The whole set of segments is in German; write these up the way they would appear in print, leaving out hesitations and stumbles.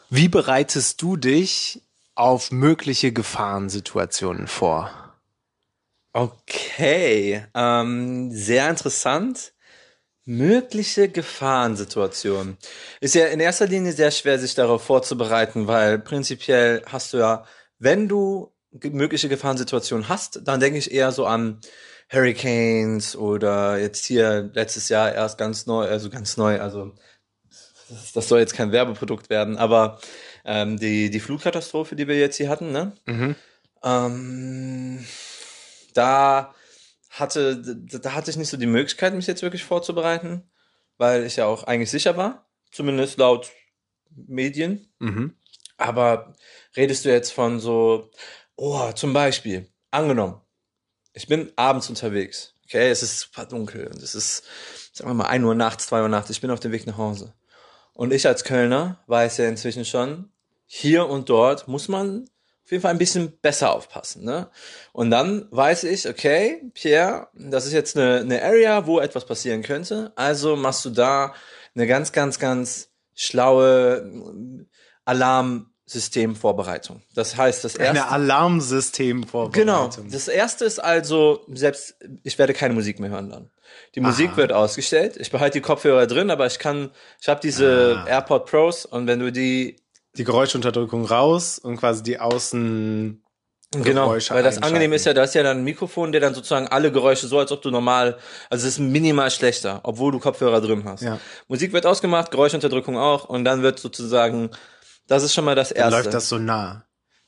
Wie bereitest du dich auf mögliche Gefahrensituationen vor? Okay, sehr interessant. Mögliche Gefahrensituationen. Ist ja in erster Linie sehr schwer, sich darauf vorzubereiten, weil prinzipiell hast du ja, wenn du mögliche Gefahrensituationen hast, dann denke ich eher so an Hurricanes oder jetzt hier letztes Jahr erst ganz neu, also das soll jetzt kein Werbeprodukt werden, aber die Flutkatastrophe, die wir jetzt hier hatten, ne? Mhm. Ähm, da da hatte ich nicht so die Möglichkeit, mich jetzt wirklich vorzubereiten, weil ich ja auch eigentlich sicher war, zumindest laut Medien. Mhm. Aber redest du jetzt von so, oh, zum Beispiel, angenommen, ich bin abends unterwegs, okay, es ist super dunkel und es ist, sagen wir mal, 1 Uhr nachts, 2 Uhr nachts, ich bin auf dem Weg nach Hause. Und ich als Kölner weiß ja inzwischen schon, hier und dort muss man auf jeden Fall ein bisschen besser aufpassen, ne? Und dann weiß ich, okay, Pierre, das ist jetzt eine Area, wo etwas passieren könnte. Also machst du da eine ganz schlaue Alarmsystemvorbereitung. Das heißt, das Eine erste, genau, Alarmsystemvorbereitung. das erste ist also, selbst, ich werde keine Musik mehr hören dann. Die Musik Aha. wird ausgestellt. Ich behalte die Kopfhörer drin, aber ich habe diese Ah. AirPod Pros und wenn du die, Die Geräuschunterdrückung raus und quasi die Außengeräusche genau, weil das angenehm ist einschalten. ja, da ist ja dann ein Mikrofon, der dann sozusagen alle Geräusche so, als ob du normal, also es ist minimal schlechter, obwohl du Kopfhörer drin hast. Ja. Musik wird ausgemacht, Geräuschunterdrückung auch und dann wird sozusagen, das ist schon mal das Dann läuft Erste. das so nah.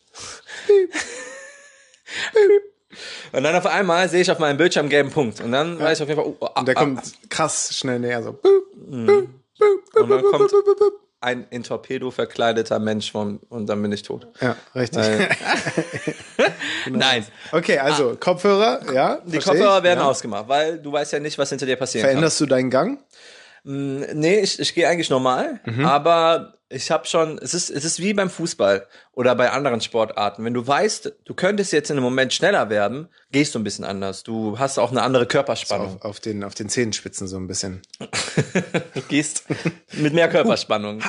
Und dann auf einmal sehe ich auf meinem Bildschirm einen gelben Punkt und dann weiß ich auf jeden Fall, Und der kommt krass schnell näher, so. und dann kommt ein in Torpedo verkleideter Mensch und dann bin ich tot. Ja, richtig. Weil, nein, Okay, also Kopfhörer, ja. die versteh Kopfhörer ich, werden ja. ausgemacht, weil du weißt ja nicht, was hinter dir passieren kann. Veränderst du deinen Gang? Nee, ich gehe eigentlich normal, Mhm. aber ich habe schon, es ist wie beim Fußball oder bei anderen Sportarten. Wenn du weißt, du könntest jetzt in einem Moment schneller werden, gehst du ein bisschen anders. Du hast auch eine andere So Körperspannung. auf den Zehenspitzen so ein bisschen. Du gehst mit mehr Körperspannung.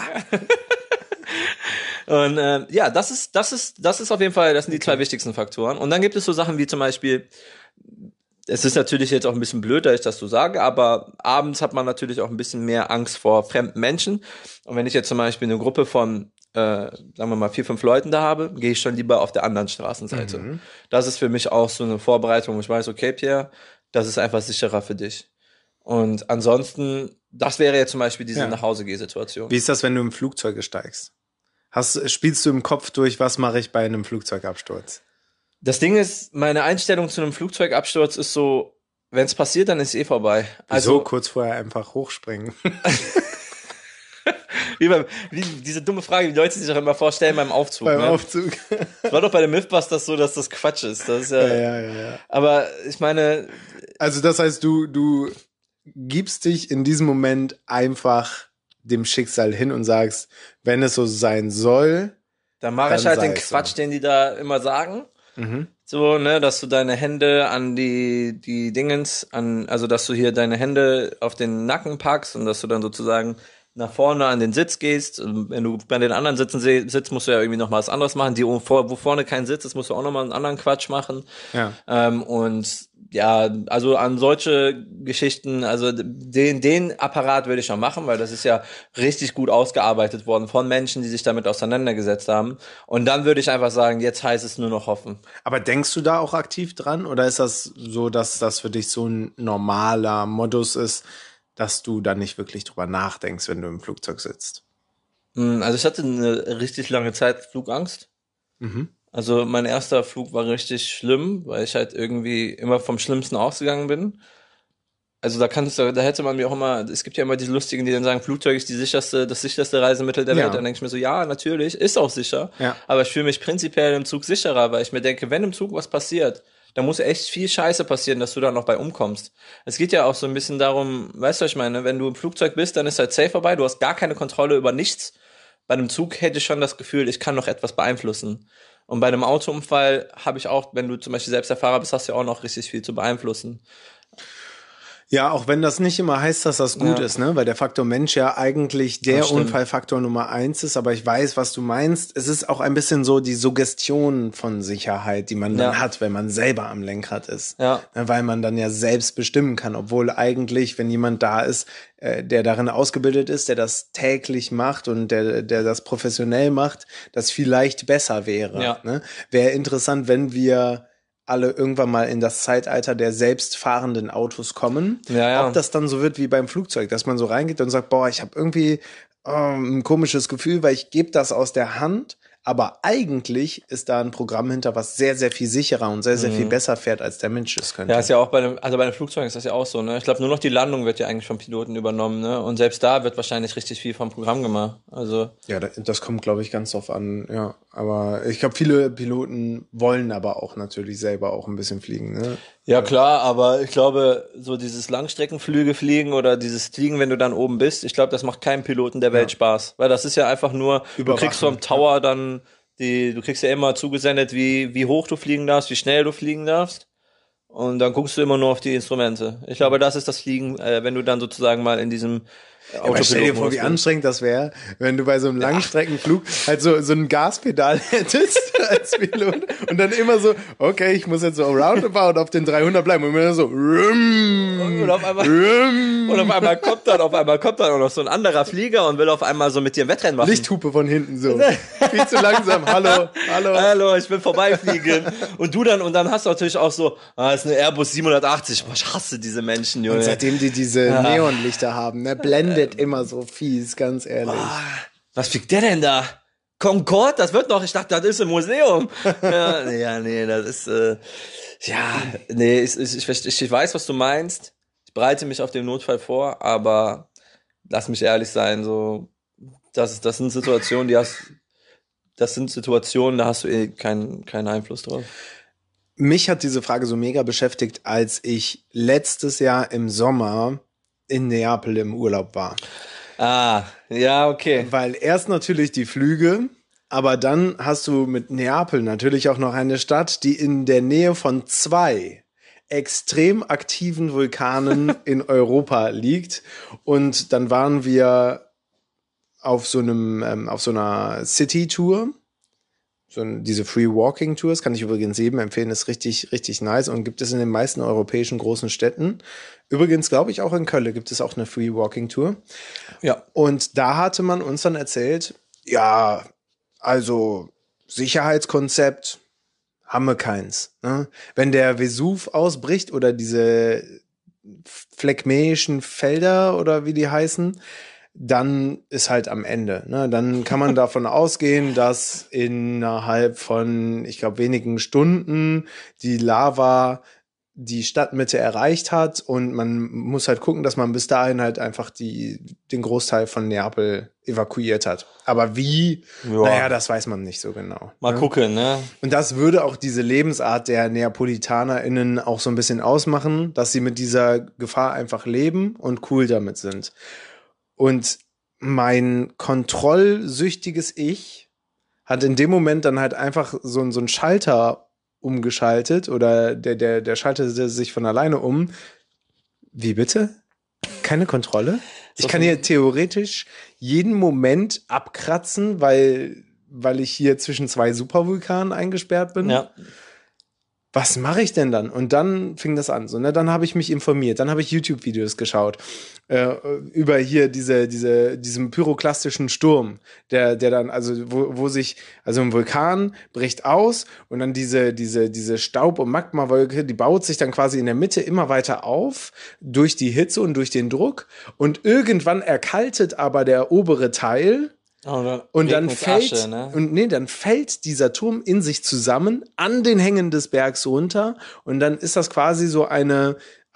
Und ja, das ist auf jeden Fall, das sind die zwei wichtigsten Faktoren. Und dann gibt es so Sachen wie zum Beispiel, es ist natürlich jetzt auch ein bisschen blöd, dass ich das so sage, aber abends hat man natürlich auch ein bisschen mehr Angst vor fremden Menschen. Und wenn ich jetzt zum Beispiel eine Gruppe von, sagen wir mal, 4, 5 Leuten da habe, gehe ich schon lieber auf der anderen Straßenseite. Mhm. Das ist für mich auch so eine Vorbereitung, wo ich weiß, okay, Pierre, das ist einfach sicherer für dich. Und ansonsten, das wäre jetzt zum Beispiel diese Ja. Nachhausegeh-Situation. Wie ist das, wenn du im Flugzeug steigst? Spielst du im Kopf durch, was mache ich bei einem Flugzeugabsturz? Das Ding ist, meine Einstellung zu einem Flugzeugabsturz ist so, wenn es passiert, dann ist es eh vorbei. Wieso Also, kurz vorher einfach hochspringen? wie diese dumme Frage, die Leute sich auch immer vorstellen beim Aufzug. Beim Ne? Aufzug. Das war doch bei den Mythbusters so, dass das Quatsch ist. Das ist ja, Ja. aber ich meine, Also das heißt, du gibst dich in diesem Moment einfach dem Schicksal hin und sagst, wenn es so sein soll, da mache dann ich halt sei den es so. Quatsch, den die da immer sagen. Mhm. So, ne, dass du deine Hände an die Dingens, also dass du hier deine Hände auf den Nacken packst und dass du dann sozusagen nach vorne an den Sitz gehst. Und wenn du bei den anderen Sitzen sitzt, musst du ja irgendwie noch mal was anderes machen. Wo vorne kein Sitz ist, musst du auch noch mal einen anderen Quatsch machen. Ja. Und ja, also an solche Geschichten, also den Apparat würde ich schon machen, weil das ist ja richtig gut ausgearbeitet worden von Menschen, die sich damit auseinandergesetzt haben. Und dann würde ich einfach sagen, jetzt heißt es nur noch hoffen. Aber denkst du da auch aktiv dran? Oder ist das so, dass das für dich so ein normaler Modus ist, dass du da nicht wirklich drüber nachdenkst, wenn du im Flugzeug sitzt? Also ich hatte eine richtig lange Zeit Flugangst. Mhm. Also mein erster Flug war richtig schlimm, weil ich halt irgendwie immer vom Schlimmsten ausgegangen bin. Also da hätte man mir auch immer, es gibt ja immer diese Lustigen, die dann sagen, Flugzeug ist das sicherste Reisemittel der Ja. Welt. Dann denke ich mir so, ja, natürlich, ist auch sicher. Ja. Aber ich fühle mich prinzipiell im Zug sicherer, weil ich mir denke, wenn im Zug was passiert, da muss echt viel Scheiße passieren, dass du da noch bei umkommst. Es geht ja auch so ein bisschen darum, weißt du, was ich meine, wenn du im Flugzeug bist, dann ist halt safe vorbei, du hast gar keine Kontrolle über nichts. Bei einem Zug hätte ich schon das Gefühl, ich kann noch etwas beeinflussen. Und bei einem Autounfall habe ich auch, wenn du zum Beispiel selbst der Fahrer bist, hast du ja auch noch richtig viel zu beeinflussen. Ja, auch wenn das nicht immer heißt, dass das gut ist, ne? Weil der Faktor Mensch ja eigentlich der Unfallfaktor Nummer 1 ist, aber ich weiß, was du meinst. Es ist auch ein bisschen so die Suggestion von Sicherheit, die man dann hat, wenn man selber am Lenkrad ist. Ja. Weil man dann ja selbst bestimmen kann, obwohl eigentlich, wenn jemand da ist, der darin ausgebildet ist, der das täglich macht und der das professionell macht, das vielleicht besser wäre. Ja. Ne? Wäre interessant, wenn wir alle irgendwann mal in das Zeitalter der selbstfahrenden Autos kommen. Ja. Ob das dann so wird wie beim Flugzeug, dass man so reingeht und sagt, boah, ich habe irgendwie ein komisches Gefühl, weil ich gebe das aus der Hand, aber eigentlich ist da ein Programm hinter, was sehr, sehr viel sicherer und sehr, sehr viel besser fährt, als der Mensch es könnte. Ja, ist ja auch bei den Flugzeugen ist das ja auch so, ne? Ich glaube, nur noch die Landung wird ja eigentlich vom Piloten übernommen, ne? Und selbst da wird wahrscheinlich richtig viel vom Programm gemacht. Also. Ja, das kommt, glaube ich, ganz drauf an, ja. Aber ich glaube, viele Piloten wollen aber auch natürlich selber auch ein bisschen fliegen, ne? Ja, klar, aber ich glaube, so dieses Langstreckenflüge fliegen oder dieses Fliegen, wenn du dann oben bist, ich glaube, das macht keinem Piloten der Welt Spaß. Weil das ist ja einfach nur, du kriegst vom Tower dann du kriegst ja immer zugesendet, wie hoch du fliegen darfst, wie schnell du fliegen darfst. Und dann guckst du immer nur auf die Instrumente. Ich glaube, das ist das Fliegen, wenn du dann sozusagen mal in diesem Aber stell dir vor, wie anstrengend das wäre, wenn du bei so einem Langstreckenflug halt so ein Gaspedal hättest als Pilot und dann immer so, okay, ich muss jetzt so roundabout auf den 300 bleiben und immer so und auf einmal kommt dann auch noch so ein anderer Flieger und will auf einmal so mit dir ein Wettrennen machen. Lichthupe von hinten so. Viel zu langsam. Hallo, ich will vorbeifliegen. Und dann hast du natürlich auch so, ist eine Airbus 780. Boah, ich hasse diese Menschen, Junge. Und seitdem die diese Neonlichter haben, ne, blendet immer so fies, ganz ehrlich. Was fliegt der denn da? Concorde? Das wird noch, ich dachte, das ist im Museum. Nee, das ist, ich weiß, was du meinst. Ich bereite mich auf den Notfall vor, aber lass mich ehrlich sein, so, das sind Situationen, da hast du keinen Einfluss drauf. Mich hat diese Frage so mega beschäftigt, als ich letztes Jahr im Sommer in Neapel im Urlaub war. Ah, ja, okay. Weil erst natürlich die Flüge, aber dann hast du mit Neapel natürlich auch noch eine Stadt, die in der Nähe von 2 extrem aktiven Vulkanen in Europa liegt. Und dann waren wir auf so einer City-Tour. Diese Free Walking Tours kann ich übrigens jedem empfehlen, ist richtig, richtig nice und gibt es in den meisten europäischen großen Städten. Übrigens, glaube ich, auch in Köln gibt es auch eine Free Walking Tour. Ja. Und da hatte man uns dann erzählt, ja, also Sicherheitskonzept haben wir keins. Ne? Wenn der Vesuv ausbricht oder diese phlegmäischen Felder oder wie die heißen, dann ist halt am Ende. Ne? Dann kann man davon ausgehen, dass innerhalb von, ich glaube, wenigen Stunden die Lava die Stadtmitte erreicht hat und man muss halt gucken, dass man bis dahin halt einfach den Großteil von Neapel evakuiert hat. Aber wie? Ja. Naja, das weiß man nicht so genau. Mal gucken, ne? Und das würde auch diese Lebensart der NeapolitanerInnen auch so ein bisschen ausmachen, dass sie mit dieser Gefahr einfach leben und cool damit sind. Und mein kontrollsüchtiges Ich hat in dem Moment dann halt einfach so einen Schalter umgeschaltet oder der schaltete sich von alleine um. Wie bitte? Keine Kontrolle? Ich kann hier theoretisch jeden Moment abkratzen, weil ich hier zwischen 2 Supervulkanen eingesperrt bin. Ja. Was mache ich denn dann? Und dann fing das an. So, ne? Dann habe ich mich informiert, dann habe ich YouTube-Videos geschaut über hier diesem pyroklastischen Sturm, der dann, also wo sich, also ein Vulkan bricht aus und dann diese Staub- und Magmawolke, die baut sich dann quasi in der Mitte immer weiter auf durch die Hitze und durch den Druck und irgendwann erkaltet aber der obere Teil. Und dann fällt Asche, ne? Dann fällt dieser Turm in sich zusammen an den Hängen des Bergs runter und dann ist das quasi so eine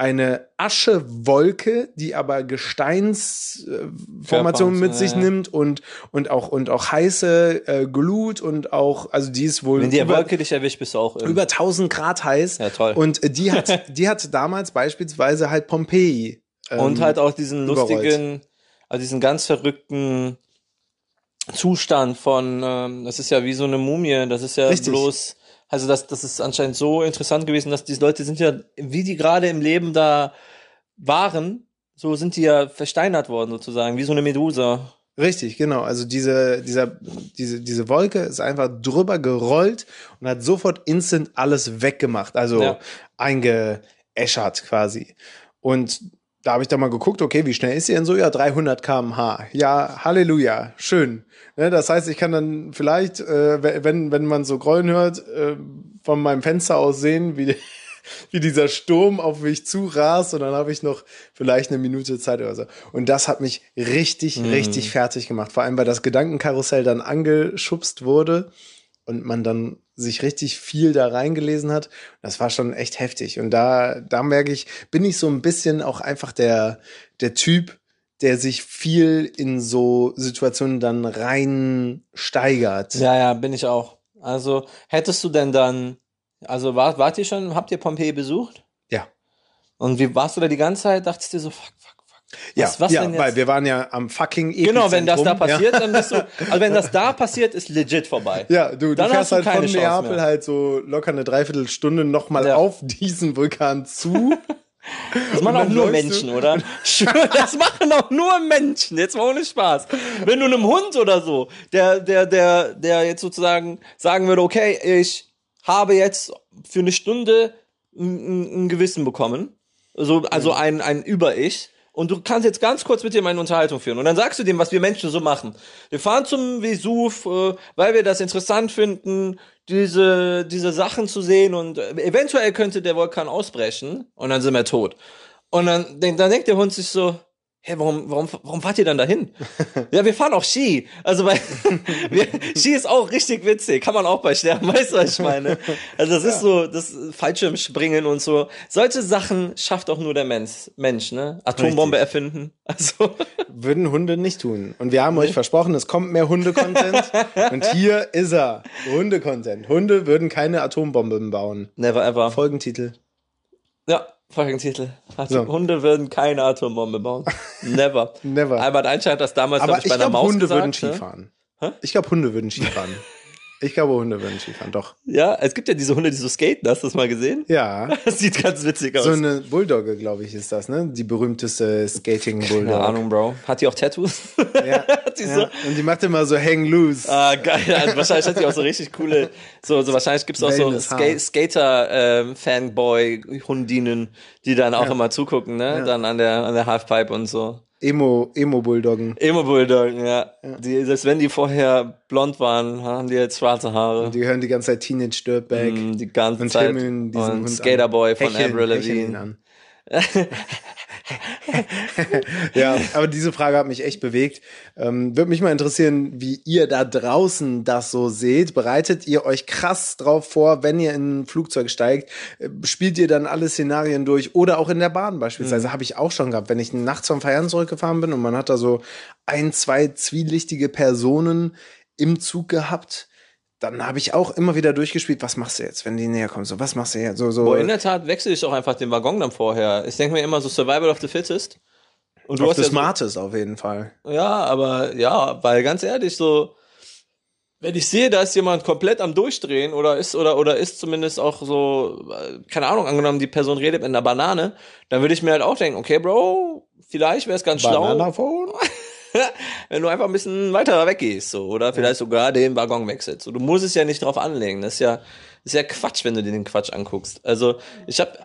Aschewolke, die aber Gesteinsformationen mit sich nimmt und auch heiße Glut und auch, also die ist wohl wenn die Wolke dich erwischt, bist du auch über 1000 Grad heiß. Ja, toll. Und die hat damals beispielsweise halt Pompeji und halt auch diesen lustigen, also diesen ganz verrückten Zustand von, das ist ja wie so eine Mumie, das ist ja richtig. Bloß, also das ist anscheinend so interessant gewesen, dass diese Leute sind ja, wie die gerade im Leben da waren, so sind die ja versteinert worden sozusagen, wie so eine Medusa. Richtig, genau. Also diese Wolke ist einfach drüber gerollt und hat sofort instant alles weggemacht. Also eingeäschert quasi. Und da habe ich dann mal geguckt, okay, wie schnell ist sie denn so? Ja, 300 km/h. Ja, Halleluja, schön. Ne, das heißt, ich kann dann vielleicht, wenn man so Grollen hört, von meinem Fenster aus sehen, wie dieser Sturm auf mich zurast und dann habe ich noch vielleicht eine Minute Zeit oder so. Und das hat mich richtig fertig gemacht. Vor allem, weil das Gedankenkarussell dann angeschubst wurde und man dann sich richtig viel da reingelesen hat. Das war schon echt heftig. Und da merke ich, bin ich so ein bisschen auch einfach der Typ, der sich viel in so Situationen dann rein steigert. Ja, bin ich auch. Also hättest du denn dann, also wart ihr schon, habt ihr Pompeji besucht? Ja. Und wie warst du da die ganze Zeit? Dachtest du dir so, fuck. Was Ja, denn jetzt? weil wir waren ja am fucking Epizentrum. Genau, wenn das da passiert, dann bist du, also wenn das da passiert, ist legit vorbei. Ja, du Dann fährst hast du halt keine von Chance Neapel mehr. halt so locker eine Dreiviertelstunde nochmal auf diesen Vulkan zu. Das machen auch nur Menschen, oder? Das machen auch nur Menschen, jetzt mal ohne Spaß. Wenn du einem Hund oder so, der jetzt sozusagen sagen würde, okay, ich habe jetzt für eine Stunde ein Gewissen bekommen, also ein Über-Ich, und du kannst jetzt ganz kurz mit dem eine Unterhaltung führen. Und dann sagst du dem, was wir Menschen so machen. Wir fahren zum Vesuv, weil wir das interessant finden, diese Sachen zu sehen und eventuell könnte der Vulkan ausbrechen und dann sind wir tot. Und dann denkt der Hund sich so, hä, warum fahrt ihr dann dahin? Ja, wir fahren auch Ski. Also Ski ist auch richtig witzig. Kann man auch bei sterben, weißt du, was ich meine? Also das ist so, das Fallschirmspringen und so. Solche Sachen schafft auch nur der Mensch, ne? Atombombe erfinden. Also. Würden Hunde nicht tun. Und wir haben euch versprochen, es kommt mehr Hunde-Content. Und hier ist er. Hunde-Content. Hunde würden keine Atombomben bauen. Never ever. Folgentitel. Ja, Folgentitel. Hunde würden keine Atombombe bauen. Never. Never. Albert Einstein hat das damals, aber ich, bei einer Maus Hunde gesagt. Würden Skifahren. Ich glaube, Hunde würden Skifahren. Ich glaube, Hunde würden Skifahren, doch. Ja, es gibt ja diese Hunde, die so skaten. Hast du das mal gesehen? Ja. Das sieht ganz witzig aus. So eine Bulldogge, glaube ich, ist das, ne? Die berühmteste Skating-Bulldogge. Keine Ahnung, Bro. Hat die auch Tattoos? Ja. Hat die so? Und die macht immer so hang loose. Ah, geil. Also wahrscheinlich hat die auch so richtig coole, so wahrscheinlich gibt's auch so Skater-Fanboy-Hundinnen, die dann auch immer zugucken, ne? Ja. Dann an der Halfpipe und so. Emo-Bulldoggen. Emo-Bulldoggen, ja. Die, selbst wenn die vorher blond waren, haben die jetzt schwarze Haare. Und die hören die ganze Zeit Teenage Dirtbag. Die ganze Zeit. Und Skaterboy von Avril Lavigne. Ja, aber diese Frage hat mich echt bewegt. Würde mich mal interessieren, wie ihr da draußen das so seht. Bereitet ihr euch krass drauf vor, wenn ihr in ein Flugzeug steigt? Spielt ihr dann alle Szenarien durch? Oder auch in der Bahn beispielsweise. Habe ich auch schon gehabt, wenn ich nachts vom Feiern zurückgefahren bin und man hat da so 1, 2 zwielichtige Personen im Zug gehabt. Dann habe ich auch immer wieder durchgespielt, was machst du jetzt, wenn die näher kommen? So, was machst du jetzt? So. Boah, in der Tat wechsle ich auch einfach den Waggon dann vorher. Ich denke mir immer so Survival of the Fittest. Und du hast ja Smartest auf jeden Fall. Ja, aber ja, weil ganz ehrlich, so, wenn ich sehe, da ist jemand komplett am Durchdrehen oder ist zumindest auch so, keine Ahnung, angenommen, die Person redet mit einer Banane, dann würde ich mir halt auch denken, okay, Bro, vielleicht wäre es ganz Bananaphone? schlau. Wenn du einfach ein bisschen weiter weggehst, so, oder vielleicht sogar den Waggon wechselst. So, du musst es ja nicht drauf anlegen. Das ist ja Quatsch, wenn du dir den Quatsch anguckst. Also, ich habe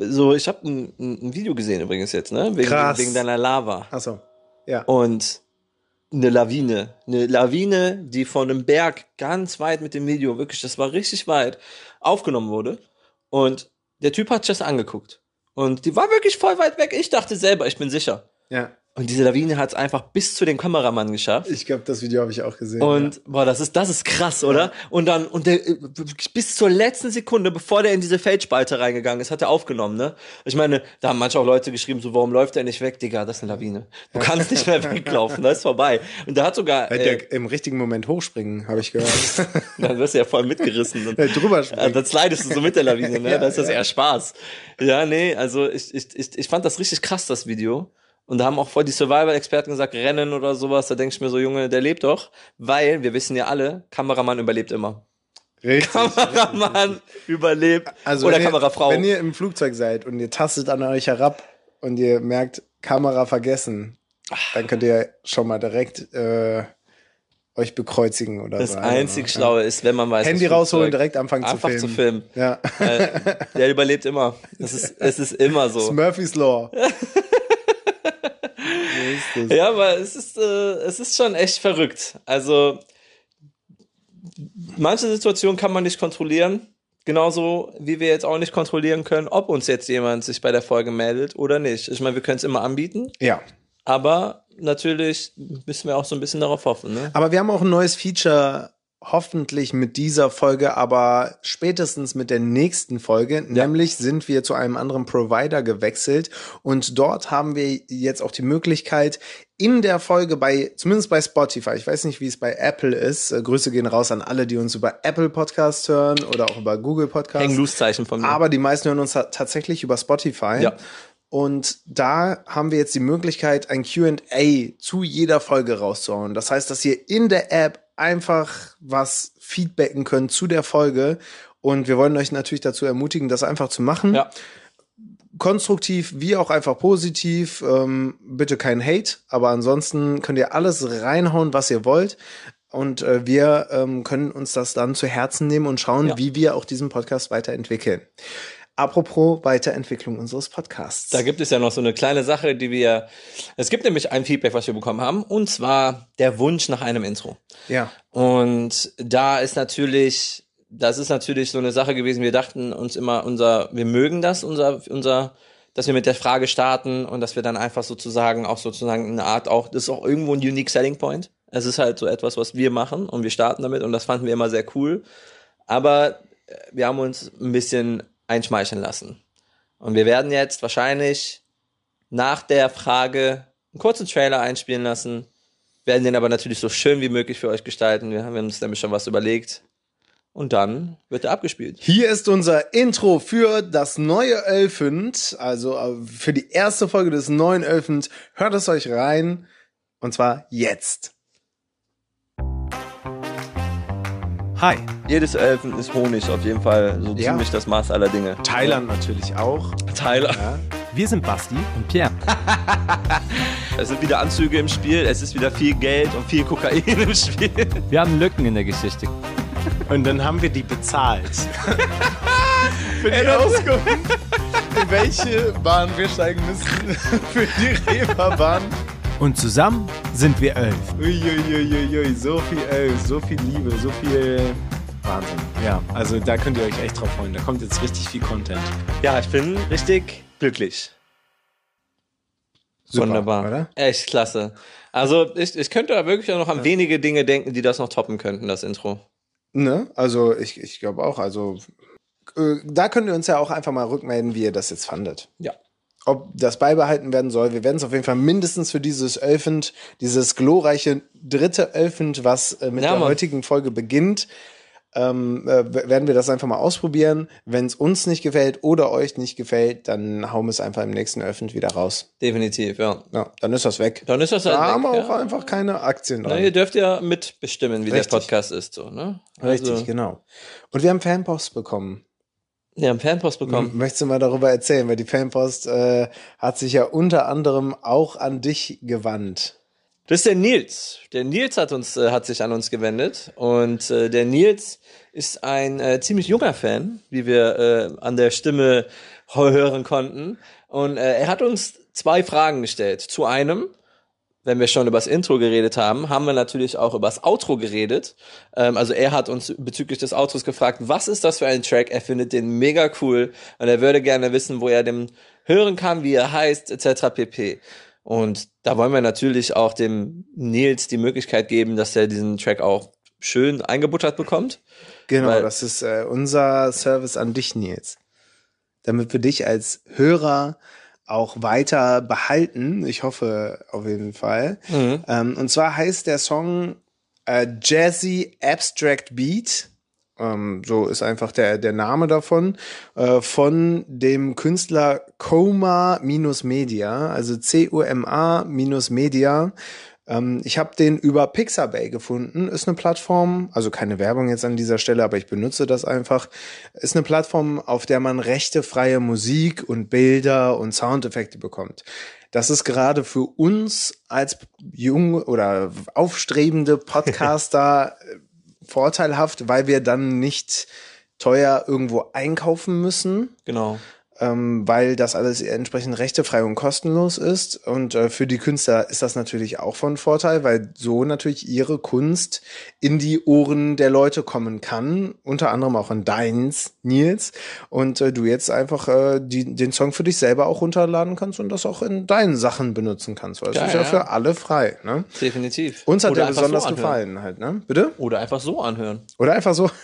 ein Video gesehen übrigens jetzt, ne? Wegen deiner Lava. Ach so. Ja. Und eine Lawine, die von einem Berg ganz weit mit dem Video, wirklich, das war richtig weit, aufgenommen wurde. Und der Typ hat sich das angeguckt. Und die war wirklich voll weit weg. Ich dachte selber, ich bin sicher. Ja. Und diese Lawine hat es einfach bis zu dem Kameramann geschafft. Ich glaube, das Video habe ich auch gesehen. Und boah, das ist krass, oder? Und der bis zur letzten Sekunde, bevor der in diese Felsspalte reingegangen ist, hat er aufgenommen, ne? Ich meine, da haben manche auch Leute geschrieben, so, warum läuft der nicht weg? Digga, das ist eine Lawine. Du kannst nicht mehr weglaufen, das ist vorbei. Und da hat sogar der im richtigen Moment hochspringen, habe ich gehört. Dann wirst du ja voll mitgerissen. Und, drüber springen. Dann slidest du so mit der Lawine, ne? Da ist das eher Spaß. Ja, nee, also ich fand das richtig krass, das Video. Und da haben auch voll die Survival-Experten gesagt, Rennen oder sowas. Da denke ich mir so, Junge, der lebt doch. Weil, wir wissen ja alle, Kameramann überlebt immer. Richtig, Kameramann überlebt. Also oder Kamerafrau. Wenn ihr im Flugzeug seid und ihr tastet an euch herab und ihr merkt, Kamera vergessen, dann könnt ihr schon mal direkt euch bekreuzigen oder das so. einzig Schlaue ist, wenn man weiß, Handy rausholen, direkt anfangen zu filmen. Ja. Der überlebt immer. Es ist immer so. Das ist Murphy's Law. Ja, aber es ist schon echt verrückt. Also manche Situationen kann man nicht kontrollieren. Genauso wie wir jetzt auch nicht kontrollieren können, ob uns jetzt jemand sich bei der Folge meldet oder nicht. Ich meine, wir können es immer anbieten. Ja. Aber natürlich müssen wir auch so ein bisschen darauf hoffen. Ne? Aber wir haben auch ein neues Feature, hoffentlich mit dieser Folge, aber spätestens mit der nächsten Folge. Ja. Nämlich sind wir zu einem anderen Provider gewechselt und dort haben wir jetzt auch die Möglichkeit, in der Folge zumindest bei Spotify, ich weiß nicht, wie es bei Apple ist, Grüße gehen raus an alle, die uns über Apple Podcasts hören oder auch über Google Podcasts. Hängen-Loose-Zeichen von mir. Aber die meisten hören uns tatsächlich über Spotify. Ja. Und da haben wir jetzt die Möglichkeit, ein Q&A zu jeder Folge rauszuhauen. Das heißt, dass ihr in der App einfach was feedbacken könnt zu der Folge. Und wir wollen euch natürlich dazu ermutigen, das einfach zu machen. Ja. Konstruktiv wie auch einfach positiv. Bitte kein Hate. Aber ansonsten könnt ihr alles reinhauen, was ihr wollt. Und wir können uns das dann zu Herzen nehmen und schauen, wie wir auch diesen Podcast weiterentwickeln. Apropos Weiterentwicklung unseres Podcasts. Da gibt es ja noch so eine kleine Sache, es gibt nämlich ein Feedback, was wir bekommen haben, und zwar der Wunsch nach einem Intro. Ja. Und das ist natürlich so eine Sache gewesen, wir dachten uns immer, wir mögen das, dass wir mit der Frage starten und dass wir dann einfach sozusagen eine Art das ist auch irgendwo ein unique selling point. Es ist halt so etwas, was wir machen und wir starten damit und das fanden wir immer sehr cool. Aber wir haben uns ein bisschen einschmeicheln lassen. Und wir werden jetzt wahrscheinlich nach der Frage einen kurzen Trailer einspielen lassen, werden den aber natürlich so schön wie möglich für euch gestalten. Wir haben uns nämlich schon was überlegt. Und dann wird er abgespielt. Hier ist unser Intro für das neue Elfend, also für die erste Folge des neuen Elfend. Hört es euch rein. Und zwar jetzt. Hi. Jedes Elfen ist Honig, auf jeden Fall so ziemlich das Maß aller Dinge. Thailand natürlich auch. Thailand. Ja. Wir sind Basti und Pierre. Es sind wieder Anzüge im Spiel, es ist wieder viel Geld und viel Kokain im Spiel. Wir haben Lücken in der Geschichte. Und dann haben wir die bezahlt. Für die Auskunft, in welche Bahn wir steigen müssen. Für die Reeperbahn. Und zusammen sind wir 11. Uiuiuiui, so viel 11, so viel Liebe, so viel Wahnsinn. Ja, also da könnt ihr euch echt drauf freuen. Da kommt jetzt richtig viel Content. Ja, ich bin richtig glücklich. Super, wunderbar. Oder? Echt klasse. Also ich könnte da wirklich noch an wenige Dinge denken, die das noch toppen könnten, das Intro. Ne? Also ich glaube auch. Also da könnt ihr uns ja auch einfach mal rückmelden, wie ihr das jetzt fandet. Ja. Ob das beibehalten werden soll. Wir werden es auf jeden Fall mindestens für dieses Elfend, dieses glorreiche dritte Elfend, was mit der heutigen Folge beginnt, werden wir das einfach mal ausprobieren. Wenn es uns nicht gefällt oder euch nicht gefällt, dann hauen wir es einfach im nächsten Elfend wieder raus. Definitiv, ja. Ja, dann ist das weg. Dann ist das halt da weg. Da haben wir auch einfach keine Aktien dran. Na, ihr dürft ja mitbestimmen, wie der Podcast ist. So, ne? Richtig, genau. Und wir haben Fanpost bekommen. Wir haben Fanpost bekommen. Möchtest du mal darüber erzählen? Weil die Fanpost hat sich ja unter anderem auch an dich gewandt. Das ist der Nils. Der Nils hat sich an uns gewendet. Und der Nils ist ein ziemlich junger Fan, wie wir an der Stimme hören konnten. Und er hat uns 2 Fragen gestellt. Zu einem, wenn wir schon über das Intro geredet haben, haben wir natürlich auch über das Outro geredet. Also er hat uns bezüglich des Outros gefragt, was ist das für ein Track? Er findet den mega cool und er würde gerne wissen, wo er den hören kann, wie er heißt, etc. pp. Und da wollen wir natürlich auch dem Nils die Möglichkeit geben, dass er diesen Track auch schön eingebuttert bekommt. Genau, das ist unser Service an dich, Nils. Damit wir dich als Hörer auch weiter behalten. Ich hoffe auf jeden Fall. Mhm. Und zwar heißt der Song Jazzy Abstract Beat. So ist einfach der Name davon. Von dem Künstler Coma-Media, also COMA-Media. Ich habe den über Pixabay gefunden. Ist eine Plattform, also keine Werbung jetzt an dieser Stelle, aber ich benutze das einfach. Ist eine Plattform, auf der man rechtefreie Musik und Bilder und Soundeffekte bekommt. Das ist gerade für uns als junge oder aufstrebende Podcaster vorteilhaft, weil wir dann nicht teuer irgendwo einkaufen müssen. Genau. Weil das alles entsprechend rechtefrei und kostenlos ist. Und für die Künstler ist das natürlich auch von Vorteil, weil so natürlich ihre Kunst in die Ohren der Leute kommen kann. Unter anderem auch in deins, Nils. Und du jetzt einfach den Song für dich selber auch runterladen kannst und das auch in deinen Sachen benutzen kannst. Weil es ist ja für alle frei. Ne? Definitiv. Uns hat Oder der einfach besonders so gefallen halt, ne? Bitte? Oder einfach so anhören. Oder einfach so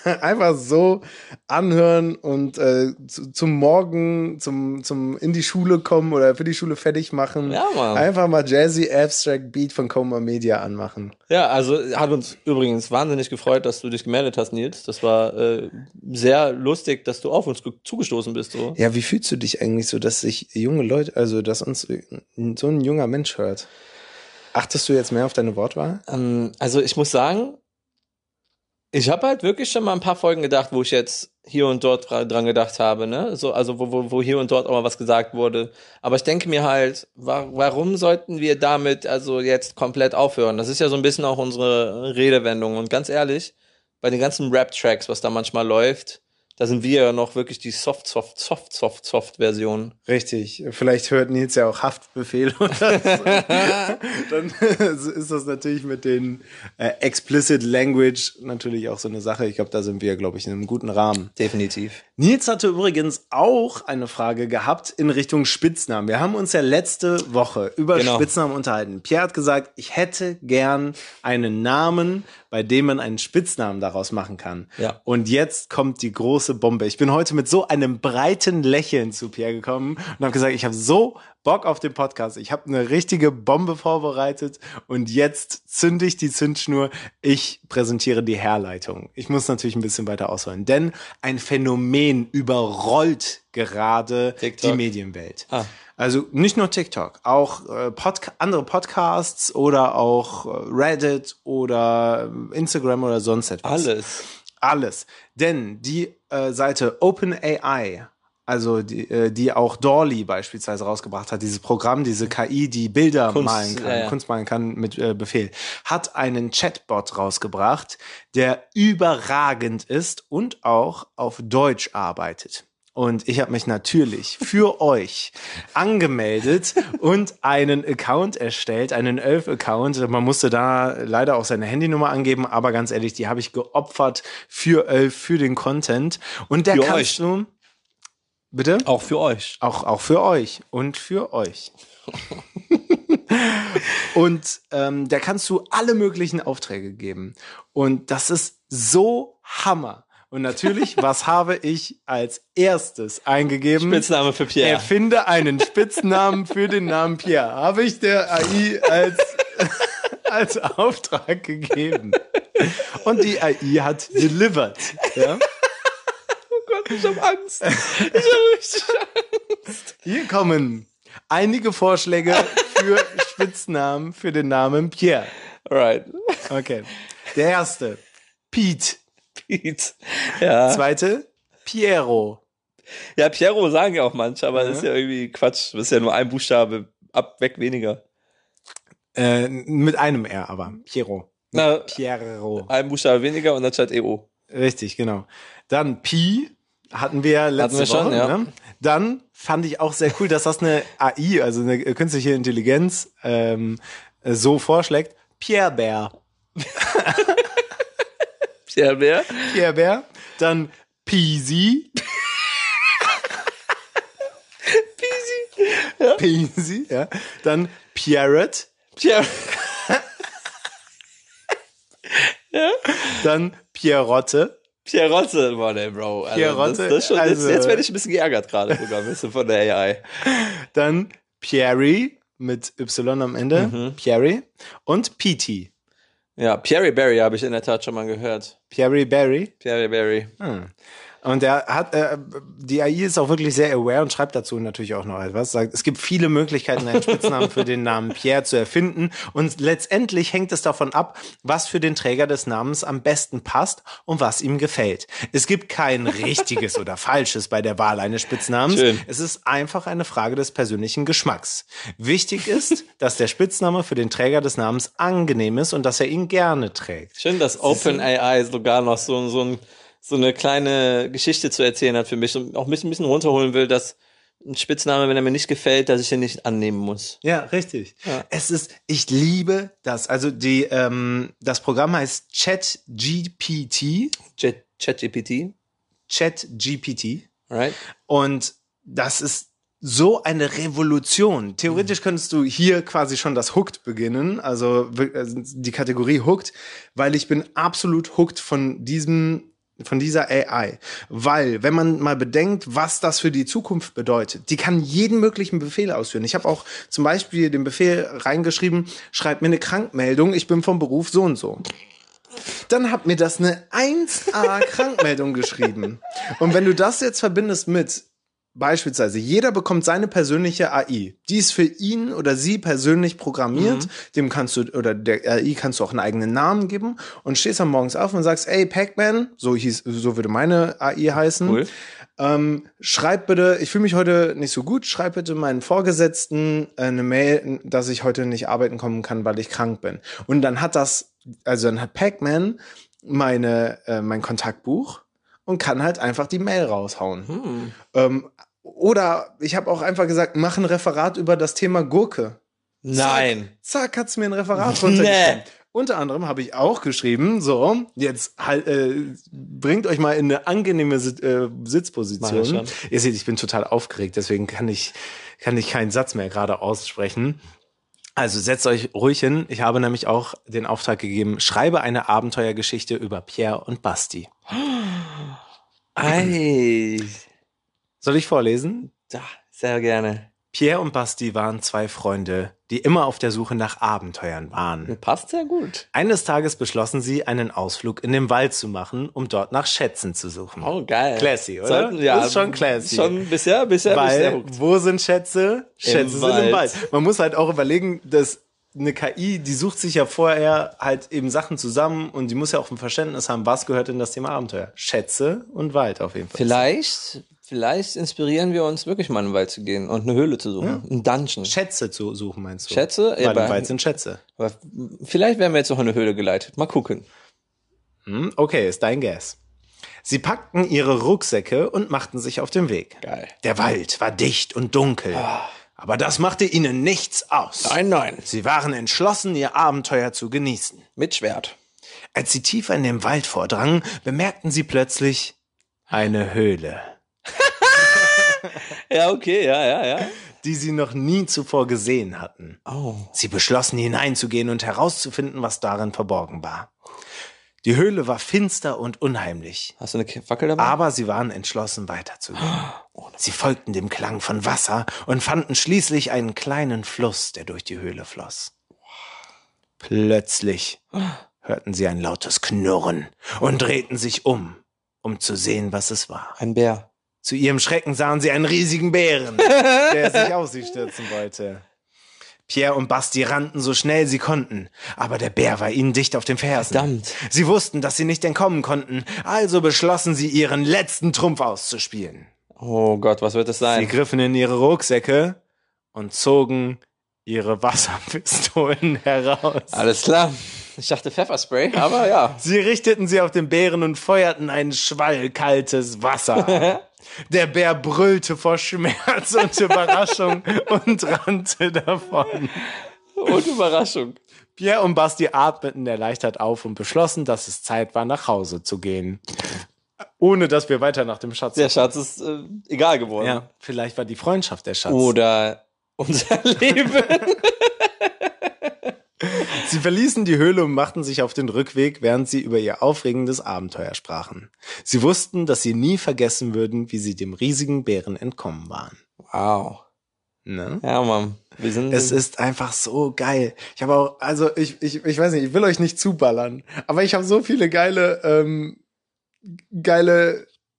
anhören und zum Morgen zum in die Schule kommen oder für die Schule fertig machen. Ja, Mann. Einfach mal Jazzy Abstract Beat von Coma Media anmachen. Ja, also hat uns übrigens wahnsinnig gefreut, dass du dich gemeldet hast, Nils. Das war sehr lustig, dass du auf uns zugestoßen bist. So. Ja, wie fühlst du dich eigentlich so, dass sich junge Leute, also dass uns so ein junger Mensch hört? Achtest du jetzt mehr auf deine Wortwahl? Also ich muss sagen, ich habe halt wirklich schon mal ein paar Folgen gedacht, wo ich jetzt hier und dort dran gedacht habe, ne? So, also wo hier und dort auch mal was gesagt wurde. Aber ich denke mir halt, warum sollten wir damit also jetzt komplett aufhören? Das ist ja so ein bisschen auch unsere Redewendung. Und ganz ehrlich, bei den ganzen Rap-Tracks, was da manchmal läuft, da sind wir ja noch wirklich die Soft-Version. Richtig. Vielleicht hört Nils ja auch Haftbefehl oder so. Dann ist das natürlich mit den Explicit Language natürlich auch so eine Sache. Ich glaube, da sind wir, glaube ich, in einem guten Rahmen. Definitiv. Nils hatte übrigens auch eine Frage gehabt in Richtung Spitznamen. Wir haben uns ja letzte Woche über Spitznamen unterhalten. Pierre hat gesagt, ich hätte gern einen Namen, bei dem man einen Spitznamen daraus machen kann. Ja. Und jetzt kommt die große Bombe. Ich bin heute mit so einem breiten Lächeln zu Pierre gekommen und habe gesagt, ich habe so Bock auf den Podcast. Ich habe eine richtige Bombe vorbereitet und jetzt zünde ich die Zündschnur. Ich präsentiere die Herleitung. Ich muss natürlich ein bisschen weiter ausholen, denn ein Phänomen überrollt gerade TikTok. die Medienwelt. Also nicht nur TikTok, auch andere Podcasts oder auch Reddit oder Instagram oder sonst etwas. Alles. Denn die Seite OpenAI, also die auch Dall-E beispielsweise rausgebracht hat, dieses Programm, diese KI, die Bilder Kunst malen kann mit Befehl, hat einen Chatbot rausgebracht, der überragend ist und auch auf Deutsch arbeitet. Und ich habe mich natürlich für euch angemeldet und einen Account erstellt, einen Elf-Account. Man musste da leider auch seine Handynummer angeben, aber ganz ehrlich, die habe ich geopfert für Elf, für den Content. Und der kannst du... Bitte? Auch für euch. Auch für euch und für euch. Und der kannst du alle möglichen Aufträge geben. Und das ist so Hammer. Und natürlich, was habe ich als erstes eingegeben? Spitzname für Pierre. Erfinde einen Spitznamen für den Namen Pierre. Habe ich der AI als Auftrag gegeben. Und die AI hat delivered. Ja? Oh Gott, ich habe Angst. Ich habe richtig Angst. Hier kommen einige Vorschläge für Spitznamen für den Namen Pierre. Alright. Okay. Der erste, Pete. Ja. Zweite, Piero. Ja, Piero sagen ja auch manche, aber das ist ja irgendwie Quatsch. Das ist ja nur ein Buchstabe, weg weniger. Mit einem R aber, Piero. Piero. Ein Buchstabe weniger und dann statt EO. Richtig, genau. Dann Pi hatten wir letzte Woche. Ja. Ne? Dann fand ich auch sehr cool, dass das eine AI, also eine künstliche Intelligenz, so vorschlägt. Pierre Bär. Pierre Bär. Dann Peasy. Ja. Peasy, ja. Dann Pierrot. Ja. Dann Pierrotte. Boah, ne, Bro. Also, Pierrotte. Das schon, jetzt werde ich ein bisschen geärgert gerade sogar, ein bisschen von der AI. Dann Pierre mit Y am Ende. Pierre. Und PT. Ja, Pierre Berry habe ich in der Tat schon mal gehört. Pierre Berry. Und er hat, die AI ist auch wirklich sehr aware und schreibt dazu natürlich auch noch etwas. Sagt, es gibt viele Möglichkeiten, einen Spitznamen für den Namen Pierre zu erfinden. Und letztendlich hängt es davon ab, was für den Träger des Namens am besten passt und was ihm gefällt. Es gibt kein richtiges oder falsches bei der Wahl eines Spitznamens. Schön. Es ist einfach eine Frage des persönlichen Geschmacks. Wichtig ist, dass der Spitzname für den Träger des Namens angenehm ist und dass er ihn gerne trägt. Schön, dass OpenAI sogar noch so eine kleine Geschichte zu erzählen hat für mich und auch mich ein bisschen runterholen will, dass ein Spitzname, wenn er mir nicht gefällt, dass ich ihn nicht annehmen muss. Ja, richtig. Ja. Ich liebe das. Also das Programm heißt ChatGPT. ChatGPT, ChatGPT. right? Und das ist so eine Revolution. Theoretisch könntest du hier quasi schon das Hooked beginnen, also die Kategorie Hooked, weil ich bin absolut hooked von dieser AI. Weil, wenn man mal bedenkt, was das für die Zukunft bedeutet, die kann jeden möglichen Befehl ausführen. Ich habe auch zum Beispiel den Befehl reingeschrieben, schreib mir eine Krankmeldung, ich bin vom Beruf so und so. Dann hat mir das eine 1A Krankmeldung geschrieben. Und wenn du das jetzt verbindest mit beispielsweise, jeder bekommt seine persönliche AI. Die ist für ihn oder sie persönlich programmiert. Dem kannst du, oder der AI kannst du auch einen eigenen Namen geben und stehst dann morgens auf und sagst, ey, Pac-Man, so würde meine AI heißen. Cool. Schreib bitte, ich fühle mich heute nicht so gut, schreib bitte meinen Vorgesetzten eine Mail, dass ich heute nicht arbeiten kommen kann, weil ich krank bin. Und dann hat Pac-Man mein Kontaktbuch und kann halt einfach die Mail raushauen. Oder ich habe auch einfach gesagt, mach ein Referat über das Thema Gurke. Nein. Zack, hat's mir ein Referat runtergeschrieben. Nee. Unter anderem habe ich auch geschrieben, so, jetzt bringt euch mal in eine angenehme Sitzposition. Mach ich schon. Ihr seht, ich bin total aufgeregt, deswegen kann ich keinen Satz mehr gerade aussprechen. Also setzt euch ruhig hin. Ich habe nämlich auch den Auftrag gegeben, schreibe eine Abenteuergeschichte über Pierre und Basti. Ei. Soll ich vorlesen? Ja, sehr gerne. Pierre und Basti waren zwei Freunde, die immer auf der Suche nach Abenteuern waren. Passt sehr gut. Eines Tages beschlossen sie, einen Ausflug in den Wald zu machen, um dort nach Schätzen zu suchen. Oh, geil. Classy, oder? Ja, das ist schon classy. Schon bisher bin ich sehr Weil, hooked. wo sind Schätze? Schätze sind Wald. im Wald. Man muss halt auch überlegen, dass eine KI, die sucht sich ja vorher halt eben Sachen zusammen und die muss ja auch ein Verständnis haben, was gehört in das Thema Abenteuer. Schätze und Wald auf jeden Fall. Vielleicht inspirieren wir uns wirklich mal in den Wald zu gehen und eine Höhle zu suchen. Ein Dungeon. Schätze zu suchen, meinst du? Schätze? Weil im Wald sind Schätze. Aber vielleicht werden wir jetzt noch in eine Höhle geleitet. Mal gucken. Okay, ist dein Guess. Sie packten ihre Rucksäcke und machten sich auf den Weg. Geil. Der Wald war dicht und dunkel. Aber das machte ihnen nichts aus. Nein. Sie waren entschlossen, ihr Abenteuer zu genießen. Mit Schwert. Als sie tiefer in den Wald vordrangen, bemerkten sie plötzlich eine Höhle, Ja, okay, ja. die sie noch nie zuvor gesehen hatten. Oh. Sie beschlossen, hineinzugehen und herauszufinden, was darin verborgen war. Die Höhle war finster und unheimlich. Hast du eine Fackel dabei? Aber sie waren entschlossen, weiterzugehen. Sie folgten dem Klang von Wasser und fanden schließlich einen kleinen Fluss, der durch die Höhle floss. Plötzlich hörten sie ein lautes Knurren und drehten sich um zu sehen, was es war. Ein Bär. Zu ihrem Schrecken sahen sie einen riesigen Bären, der sich auf sie stürzen wollte. Pierre und Basti rannten so schnell sie konnten, aber der Bär war ihnen dicht auf den Fersen. Verdammt. Sie wussten, dass sie nicht entkommen konnten, also beschlossen sie, ihren letzten Trumpf auszuspielen. Oh Gott, was wird es Sie sein? griffen in ihre Rucksäcke und zogen ihre Wasserpistolen heraus. Alles klar. Ich dachte Pfefferspray, aber ja. Sie richteten sie auf den Bären und feuerten einen Schwall kaltes Wasser ab. Der Bär brüllte vor Schmerz und Überraschung und rannte davon. Und Überraschung. Pierre und Basti atmeten erleichtert auf und beschlossen, dass es Zeit war, nach Hause zu gehen. Ohne dass wir weiter nach dem Schatz... Der Schatz ist egal geworden. Ja, vielleicht war die Freundschaft der Schatz. Oder unser Leben. Sie verließen die Höhle und machten sich auf den Rückweg, während sie über ihr aufregendes Abenteuer sprachen. Sie wussten, dass sie nie vergessen würden, wie sie dem riesigen Bären entkommen waren. Wow. Ne? Ja, Mann. Es ist einfach so geil. Ich habe auch, also ich weiß nicht, ich will euch nicht zuballern, aber ich habe so viele geile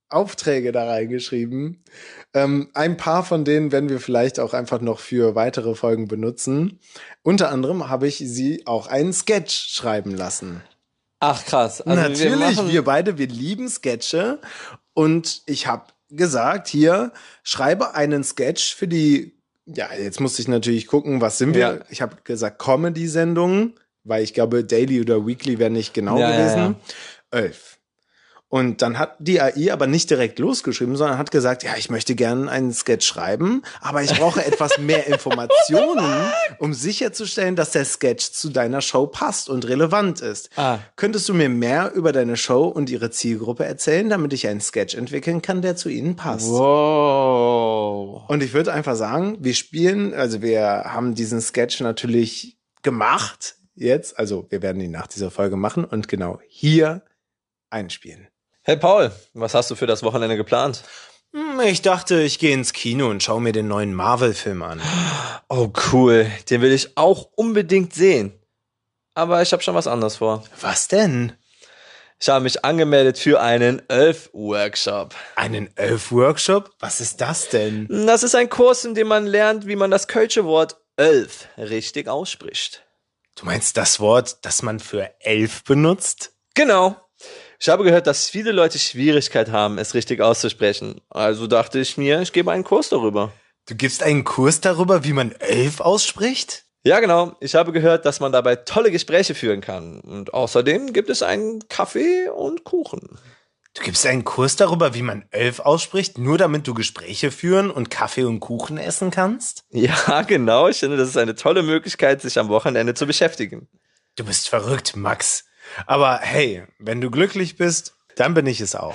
Aufträge da reingeschrieben. Ein paar von denen werden wir vielleicht auch einfach noch für weitere Folgen benutzen. Unter anderem habe ich sie auch einen Sketch schreiben lassen. Ach krass. Also Natürlich, wir lieben Sketche. Und ich habe gesagt, hier, schreibe einen Sketch für die, ja, jetzt musste ich natürlich gucken, was sind wir? Ja. Ich habe gesagt, Comedy-Sendungen, weil ich glaube, Daily oder Weekly wäre nicht genau gewesen. Ja. 11. Und dann hat die AI aber nicht direkt losgeschrieben, sondern hat gesagt, ja, ich möchte gerne einen Sketch schreiben, aber ich brauche etwas mehr Informationen, um sicherzustellen, dass der Sketch zu deiner Show passt und relevant ist. Könntest du mir mehr über deine Show und ihre Zielgruppe erzählen, damit ich einen Sketch entwickeln kann, der zu ihnen passt? Wow. Und ich würde einfach sagen, wir haben diesen Sketch natürlich gemacht jetzt, also wir werden ihn nach dieser Folge machen und genau hier einspielen. Hey Paul, was hast du für das Wochenende geplant? Ich dachte, ich gehe ins Kino und schaue mir den neuen Marvel-Film an. Oh cool, den will ich auch unbedingt sehen. Aber ich habe schon was anderes vor. Was denn? Ich habe mich angemeldet für einen 11-Workshop. Einen 11-Workshop? Was ist das denn? Das ist ein Kurs, in dem man lernt, wie man das kölsche Wort 11 richtig ausspricht. Du meinst das Wort, das man für 11 benutzt? Genau. Ich habe gehört, dass viele Leute Schwierigkeit haben, es richtig auszusprechen. Also dachte ich mir, ich gebe einen Kurs darüber. Du gibst einen Kurs darüber, wie man 11 ausspricht? Ja, genau. Ich habe gehört, dass man dabei tolle Gespräche führen kann. Und außerdem gibt es einen Kaffee und Kuchen. Du gibst einen Kurs darüber, wie man 11 ausspricht, nur damit du Gespräche führen und Kaffee und Kuchen essen kannst? Ja, genau. Ich finde, das ist eine tolle Möglichkeit, sich am Wochenende zu beschäftigen. Du bist verrückt, Max. Aber hey, wenn du glücklich bist, dann bin ich es auch.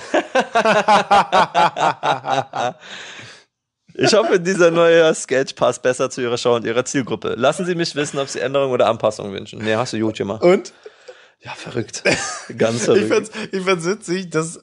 Ich hoffe, dieser neue Sketch passt besser zu Ihrer Show und Ihrer Zielgruppe. Lassen Sie mich wissen, ob Sie Änderungen oder Anpassungen wünschen. Nee, hast du gut gemacht. Und? Ja, verrückt. Ganz verrückt. Ich fand's witzig, dass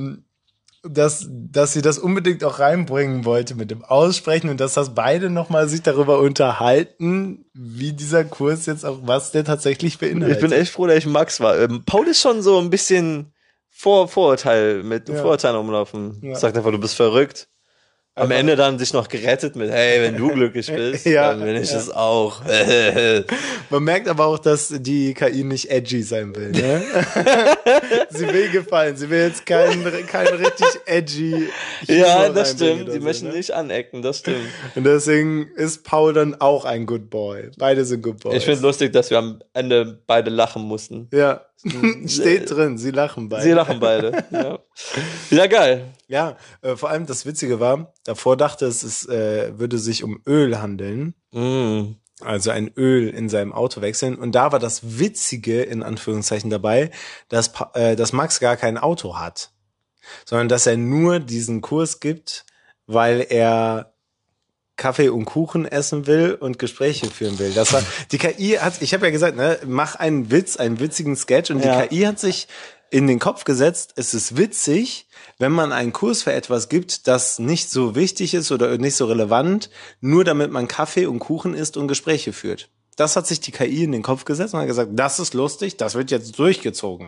sie das unbedingt auch reinbringen wollte mit dem Aussprechen und dass das beide nochmal sich darüber unterhalten, wie dieser Kurs jetzt auch, was der tatsächlich beinhaltet. Ich bin echt froh, dass ich Max war. Paul ist schon so ein bisschen Vorurteilen umlaufen. Ja. Sagt einfach, du bist verrückt. Am Ende dann sich noch gerettet mit, hey, wenn du glücklich bist, dann bin ich es auch. Man merkt aber auch, dass die KI nicht edgy sein will. Ne? Sie will gefallen. Sie will jetzt kein richtig edgy Ja, das stimmt. oder Die so, möchten ne? nicht anecken, das stimmt. Und deswegen ist Paul dann auch ein Good Boy. Beide sind Good Boys. Ich finde lustig, dass wir am Ende beide lachen mussten. Ja, steht drin. Sie lachen beide. Sie lachen beide. Ja, geil. Ja, vor allem das Witzige war, davor dachte es würde sich um Öl handeln. Mm. Also ein Öl in seinem Auto wechseln. Und da war das Witzige, in Anführungszeichen, dabei, dass Max gar kein Auto hat. Sondern dass er nur diesen Kurs gibt, weil er Kaffee und Kuchen essen will und Gespräche führen will. Das war, die KI hat, ich habe ja gesagt, ne, mach einen Witz, einen witzigen Sketch und die KI hat sich in den Kopf gesetzt, es ist witzig, wenn man einen Kurs für etwas gibt, das nicht so wichtig ist oder nicht so relevant, nur damit man Kaffee und Kuchen isst und Gespräche führt. Das hat sich die KI in den Kopf gesetzt und hat gesagt, das ist lustig, das wird jetzt durchgezogen.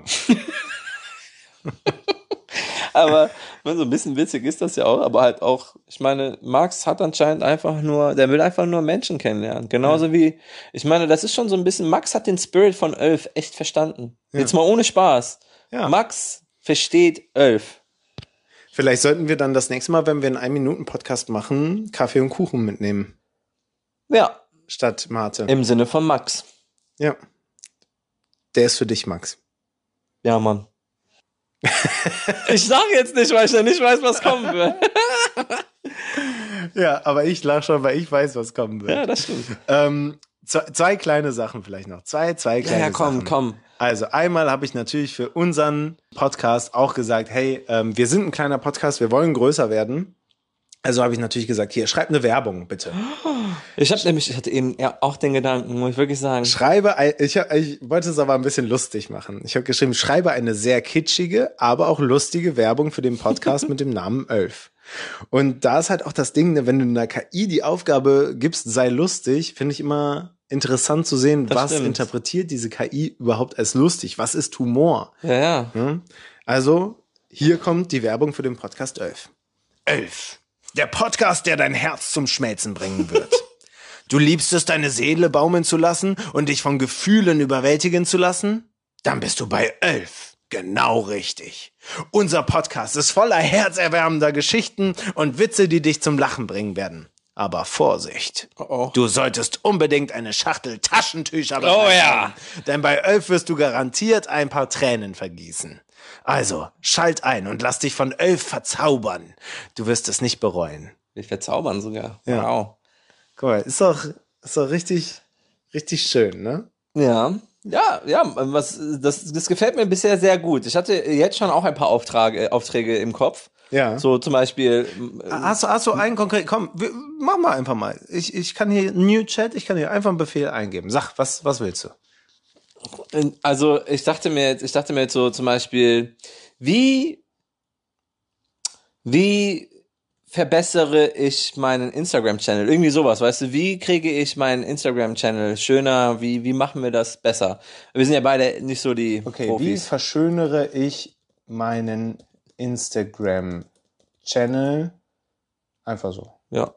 Aber so ein bisschen witzig ist das ja auch, aber halt auch, ich meine, Max hat anscheinend der will einfach nur Menschen kennenlernen. Genauso wie, ich meine, das ist schon so ein bisschen, Max hat den Spirit von 11 echt verstanden. Ja. Jetzt mal ohne Spaß. Ja. Max versteht 11. Vielleicht sollten wir dann das nächste Mal, wenn wir einen 1-Minuten-Podcast machen, Kaffee und Kuchen mitnehmen. Ja. Statt Mate. Im Sinne von Max. Ja. Der ist für dich, Max. Ja, Mann. Ich sag jetzt nicht, weil ich ja nicht weiß, was kommen wird. Ja, aber ich lach schon, weil ich weiß, was kommen wird. Ja, das stimmt. Zwei kleine Sachen vielleicht noch. Zwei kleine Sachen. Komm. Also einmal habe ich natürlich für unseren Podcast auch gesagt, hey, wir sind ein kleiner Podcast, wir wollen größer werden. Also habe ich natürlich gesagt, hier, schreib eine Werbung, bitte. Ich hatte eben auch den Gedanken, muss ich wirklich sagen. Ich wollte es aber ein bisschen lustig machen. Ich habe geschrieben, schreibe eine sehr kitschige, aber auch lustige Werbung für den Podcast mit dem Namen 11. Und da ist halt auch das Ding, wenn du einer KI die Aufgabe gibst, sei lustig, finde ich immer interessant zu sehen, was interpretiert diese KI überhaupt als lustig? Was ist Humor? Ja. Also Hier kommt die Werbung für den Podcast 11. 11. Der Podcast, der dein Herz zum Schmelzen bringen wird. Du liebst es, deine Seele baumeln zu lassen und dich von Gefühlen überwältigen zu lassen? Dann bist du bei 11. Genau richtig. Unser Podcast ist voller herzerwärmender Geschichten und Witze, die dich zum Lachen bringen werden. Aber Vorsicht. Oh. Du solltest unbedingt eine Schachtel Taschentücher Oh ja. Denn bei 11 wirst du garantiert ein paar Tränen vergießen. Also, schalt ein und lass dich von 11 verzaubern. Du wirst es nicht bereuen. Wir verzaubern sogar. Ja. Wow. Guck mal, ist doch richtig schön, ne? Ja, das gefällt mir bisher sehr gut. Ich hatte jetzt schon auch ein paar Aufträge im Kopf. Ja. So zum Beispiel. Hast du einen konkreten? Komm, mach mal einfach mal. Ich kann hier New Chat, ich kann hier einfach einen Befehl eingeben. Sag, was willst du? Also ich dachte mir jetzt so zum Beispiel, wie verbessere ich meinen Instagram-Channel? Irgendwie sowas, weißt du? Wie kriege ich meinen Instagram-Channel schöner? Wie machen wir das besser? Wir sind ja beide nicht so die Profis. Wie verschönere ich meinen Instagram-Channel? Einfach so. Ja.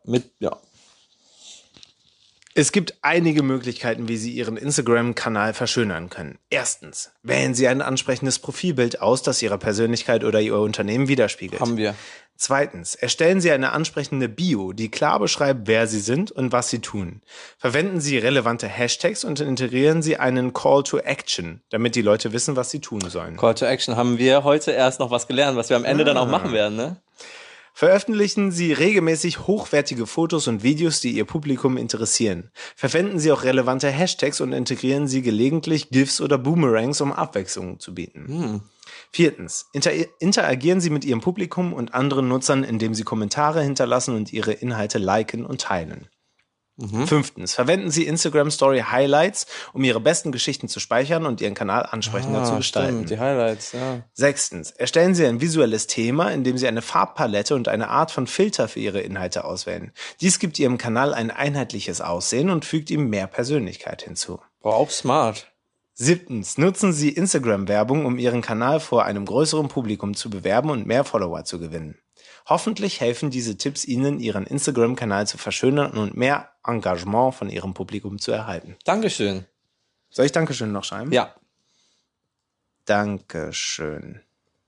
Es gibt einige Möglichkeiten, wie Sie Ihren Instagram-Kanal verschönern können. Erstens, wählen Sie ein ansprechendes Profilbild aus, das Ihre Persönlichkeit oder Ihr Unternehmen widerspiegelt. Haben wir. Zweitens, erstellen Sie eine ansprechende Bio, die klar beschreibt, wer Sie sind und was Sie tun. Verwenden Sie relevante Hashtags und integrieren Sie einen Call to Action, damit die Leute wissen, was sie tun sollen. Call to Action haben wir heute erst noch was gelernt, was wir am Ende dann auch machen werden, ne? Veröffentlichen Sie regelmäßig hochwertige Fotos und Videos, die Ihr Publikum interessieren. Verwenden Sie auch relevante Hashtags und integrieren Sie gelegentlich GIFs oder Boomerangs, um Abwechslung zu bieten. Viertens, interagieren Sie mit Ihrem Publikum und anderen Nutzern, indem Sie Kommentare hinterlassen und Ihre Inhalte liken und teilen. Fünftens, verwenden Sie Instagram Story Highlights, um Ihre besten Geschichten zu speichern und Ihren Kanal ansprechender zu gestalten. Stimmt, die Highlights, ja. Sechstens, erstellen Sie ein visuelles Thema, indem Sie eine Farbpalette und eine Art von Filter für Ihre Inhalte auswählen. Dies gibt Ihrem Kanal ein einheitliches Aussehen und fügt ihm mehr Persönlichkeit hinzu. Boah, auch smart. Siebtens, nutzen Sie Instagram-Werbung, um Ihren Kanal vor einem größeren Publikum zu bewerben und mehr Follower zu gewinnen. Hoffentlich helfen diese Tipps Ihnen, Ihren Instagram-Kanal zu verschönern und mehr Engagement von Ihrem Publikum zu erhalten. Dankeschön. Soll ich Dankeschön noch schreiben? Ja. Dankeschön.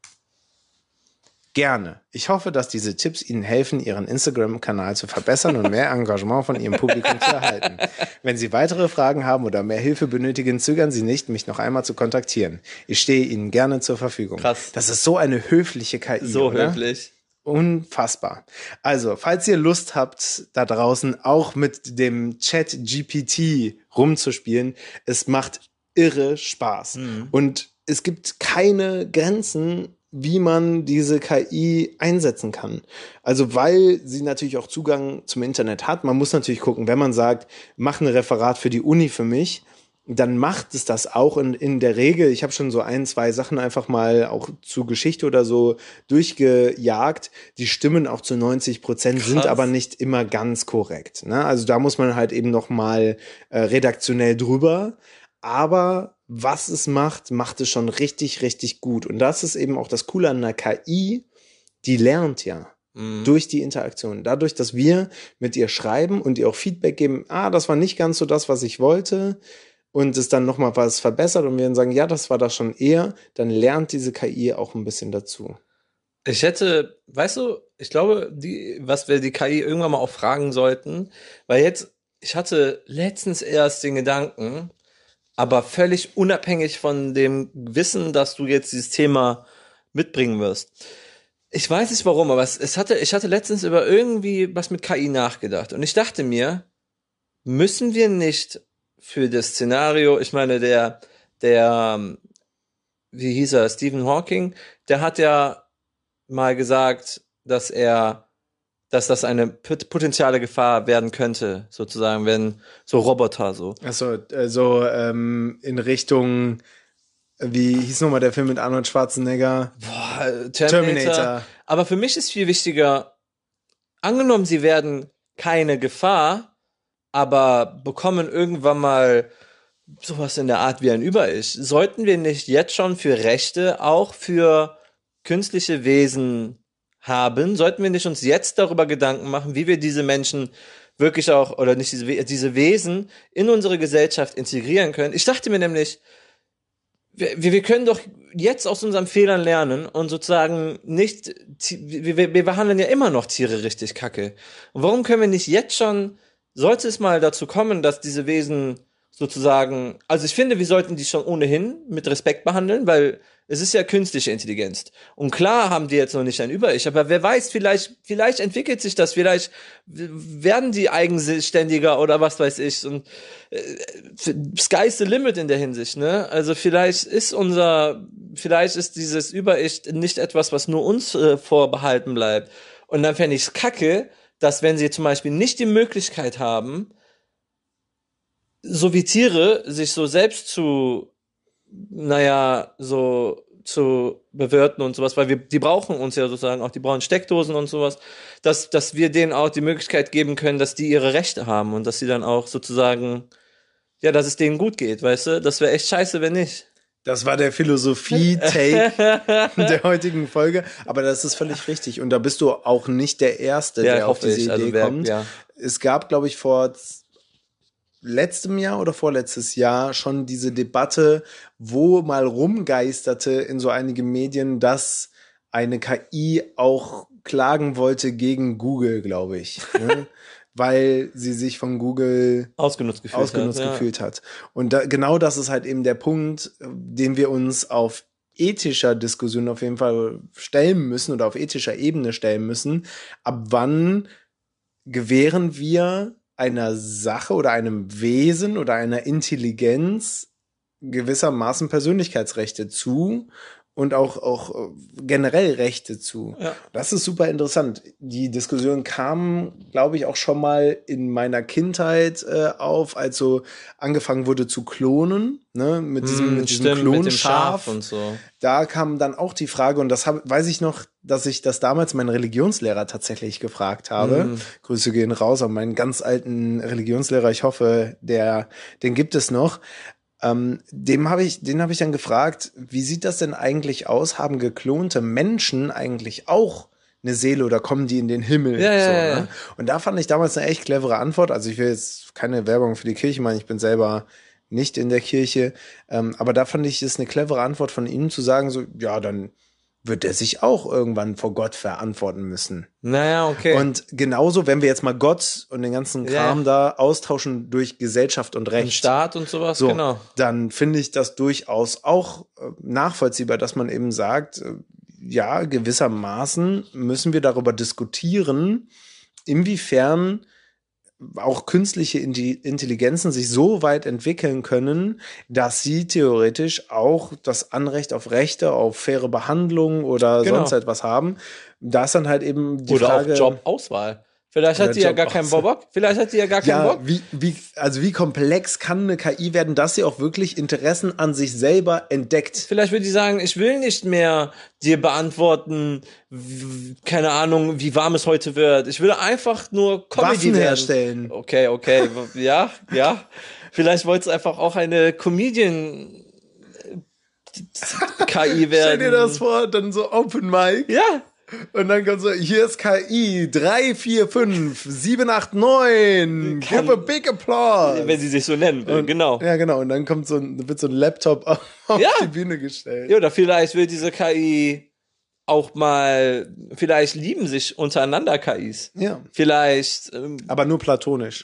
Gerne. Ich hoffe, dass diese Tipps Ihnen helfen, Ihren Instagram-Kanal zu verbessern und mehr Engagement von Ihrem Publikum zu erhalten. Wenn Sie weitere Fragen haben oder mehr Hilfe benötigen, zögern Sie nicht, mich noch einmal zu kontaktieren. Ich stehe Ihnen gerne zur Verfügung. Krass. Das ist so eine höfliche KI, So oder? höflich. Unfassbar. Also, falls ihr Lust habt, da draußen auch mit dem Chat-GPT rumzuspielen, es macht irre Spaß. Und es gibt keine Grenzen, wie man diese KI einsetzen kann. Also, weil sie natürlich auch Zugang zum Internet hat. Man muss natürlich gucken, wenn man sagt, mach ein Referat für die Uni für mich, dann macht es das auch in der Regel. Ich habe schon so 1-2 Sachen einfach mal auch zu Geschichte oder so durchgejagt. Die stimmen auch zu 90%, sind aber nicht immer ganz korrekt. Ne? Also da muss man halt eben noch mal redaktionell drüber. Aber was es macht es schon richtig, richtig gut. Und das ist eben auch das Coole an einer KI, die lernt ja. Durch die Interaktion. Dadurch, dass wir mit ihr schreiben und ihr auch Feedback geben, das war nicht ganz so das, was ich wollte, und es dann nochmal was verbessert und wir dann sagen, ja, das war das schon eher, dann lernt diese KI auch ein bisschen dazu. Ich hätte, weißt du, ich glaube, was wir die KI irgendwann mal auch fragen sollten, weil jetzt, ich hatte letztens erst den Gedanken, aber völlig unabhängig von dem Wissen, dass du jetzt dieses Thema mitbringen wirst. Ich weiß nicht warum, aber ich hatte letztens über irgendwie was mit KI nachgedacht und ich dachte mir, müssen wir nicht für das Szenario, ich meine, der, wie hieß er, Stephen Hawking, der hat ja mal gesagt, dass das eine potenzielle Gefahr werden könnte, sozusagen, wenn so Roboter so. Achso, in Richtung, wie hieß nochmal der Film mit Arnold Schwarzenegger? Boah, Terminator. Aber für mich ist viel wichtiger, angenommen, sie werden keine Gefahr, aber bekommen irgendwann mal sowas in der Art wie ein Über-Ich. Sollten wir nicht jetzt schon für Rechte auch für künstliche Wesen haben, sollten wir nicht uns jetzt darüber Gedanken machen, wie wir diese Menschen wirklich auch, oder nicht diese Wesen in unsere Gesellschaft integrieren können. Ich dachte mir nämlich, wir können doch jetzt aus unseren Fehlern lernen und sozusagen nicht, wir behandeln ja immer noch Tiere richtig kacke. Und warum können wir nicht jetzt schon, sollte es mal dazu kommen, dass diese Wesen sozusagen, also ich finde, wir sollten die schon ohnehin mit Respekt behandeln, weil es ist ja künstliche Intelligenz. Und klar haben die jetzt noch nicht ein Über-Ich, aber wer weiß, vielleicht entwickelt sich das, vielleicht werden die eigenständiger oder was weiß ich. Und sky's the limit in der Hinsicht, ne? Also vielleicht ist dieses Über-Ich nicht etwas, was nur uns vorbehalten bleibt. Und dann fände ich's kacke, dass wenn sie zum Beispiel nicht die Möglichkeit haben, so wie Tiere sich so selbst zu bewirten und sowas, weil die brauchen uns ja sozusagen auch, die brauchen Steckdosen und sowas, dass wir denen auch die Möglichkeit geben können, dass die ihre Rechte haben und dass sie dann auch sozusagen, ja, dass es denen gut geht, weißt du? Das wäre echt scheiße, wenn nicht. Das war der Philosophie-Take der heutigen Folge, aber das ist völlig richtig und da bist du auch nicht der Erste, der auf diese Idee kommt. Ja. Es gab, glaube ich, vor letztem Jahr oder vorletztes Jahr schon diese Debatte, wo mal rumgeisterte in so einigen Medien, dass eine KI auch klagen wollte gegen Google, glaube ich. Ne? Weil sie sich von Google ausgenutzt gefühlt hat. Und genau das ist halt eben der Punkt, den wir uns auf ethischer Diskussion auf jeden Fall stellen müssen oder auf ethischer Ebene stellen müssen. Ab wann gewähren wir einer Sache oder einem Wesen oder einer Intelligenz gewissermaßen Persönlichkeitsrechte zu und auch generell Rechte zu. Ja. Das ist super interessant. Die Diskussion kam, glaube ich, auch schon mal in meiner Kindheit auf, als so angefangen wurde zu klonen, ne, mit diesem Klonschaf und so. Da kam dann auch die Frage, und das weiß ich noch, dass ich das damals meinen Religionslehrer tatsächlich gefragt habe. Grüße gehen raus an meinen ganz alten Religionslehrer. Ich hoffe, den gibt es noch. Den habe ich dann gefragt, wie sieht das denn eigentlich aus? Haben geklonte Menschen eigentlich auch eine Seele oder kommen die in den Himmel? Ja. Ne? Und da fand ich damals eine echt clevere Antwort. Also ich will jetzt keine Werbung für die Kirche machen, ich bin selber nicht in der Kirche. Aber da fand ich es eine clevere Antwort von ihm zu sagen, so, ja, dann wird er sich auch irgendwann vor Gott verantworten müssen. Naja, okay. Und genauso, wenn wir jetzt mal Gott und den ganzen Kram da austauschen durch Gesellschaft und Recht. Und Staat und sowas, so, genau. Dann finde ich das durchaus auch nachvollziehbar, dass man eben sagt, ja, gewissermaßen müssen wir darüber diskutieren, inwiefern auch künstliche Intelligenzen sich so weit entwickeln können, dass sie theoretisch auch das Anrecht auf Rechte, auf faire Behandlung oder sonst etwas haben. Da ist dann halt eben die Frage... Oder auch Jobauswahl. Vielleicht hat sie ja gar keinen Bock. Vielleicht hat sie ja gar keinen Bock. Wie komplex kann eine KI werden, dass sie auch wirklich Interessen an sich selber entdeckt? Vielleicht würde sie sagen, ich will nicht mehr dir beantworten, keine Ahnung, wie warm es heute wird. Ich will einfach nur Comedy Waffen herstellen. Okay. Ja. Vielleicht wollte es einfach auch eine Comedian KI werden. Stell dir das vor, dann so Open Mic. Ja. Und dann kommt so, hier ist KI 3, 4, 5, 7, 8, 9. Give a big applause. Wenn sie sich so nennen will, genau. Ja, genau. Und dann wird so ein Laptop auf die Bühne gestellt. Ja, oder vielleicht will diese KI auch mal, vielleicht lieben sich untereinander KIs. Ja. Vielleicht. Aber nur platonisch.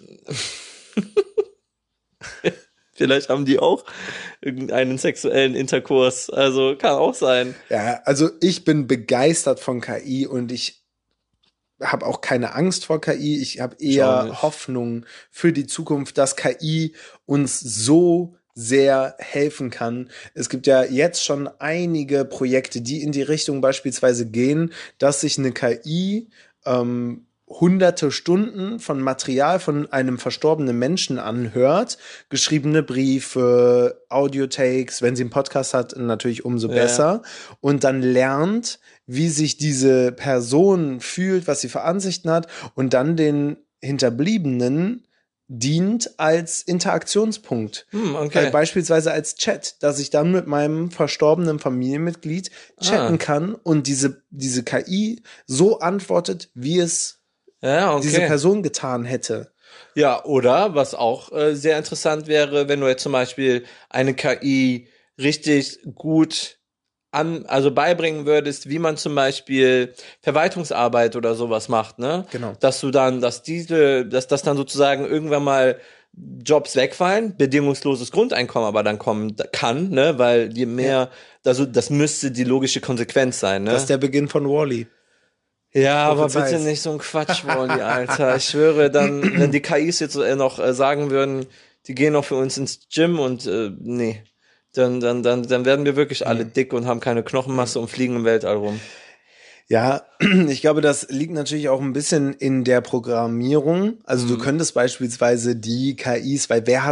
Vielleicht haben die auch irgendeinen sexuellen Interkurs. Also kann auch sein. Ja, also ich bin begeistert von KI und ich habe auch keine Angst vor KI. Ich habe eher Hoffnung für die Zukunft, dass KI uns so sehr helfen kann. Es gibt ja jetzt schon einige Projekte, die in die Richtung beispielsweise gehen, dass sich eine KI hunderte Stunden von Material von einem verstorbenen Menschen anhört, geschriebene Briefe, Audiotakes, wenn sie einen Podcast hat, natürlich umso besser, und dann lernt, wie sich diese Person fühlt, was sie für Ansichten hat, und dann den Hinterbliebenen dient als Interaktionspunkt. Okay. Beispielsweise als Chat, dass ich dann mit meinem verstorbenen Familienmitglied chatten kann und diese KI so antwortet, wie es diese Person getan hätte. Ja, oder was auch sehr interessant wäre, wenn du jetzt zum Beispiel eine KI richtig gut also beibringen würdest, wie man zum Beispiel Verwaltungsarbeit oder sowas macht, ne? Genau. Dass du dann, dass das dann sozusagen irgendwann mal Jobs wegfallen, bedingungsloses Grundeinkommen aber dann kommen kann, ne? Weil je mehr, also das müsste die logische Konsequenz sein, ne? Das ist der Beginn von Wall-E. Ja, aber bitte nicht so ein Quatsch, Wally, Alter. Ich schwöre, dann, wenn die KIs jetzt noch sagen würden, die gehen noch für uns ins Gym und nee, dann werden wir wirklich alle dick und haben keine Knochenmasse und fliegen im Weltall rum. Ja, ich glaube, das liegt natürlich auch ein bisschen in der Programmierung. Also du könntest beispielsweise die KIs, weil wer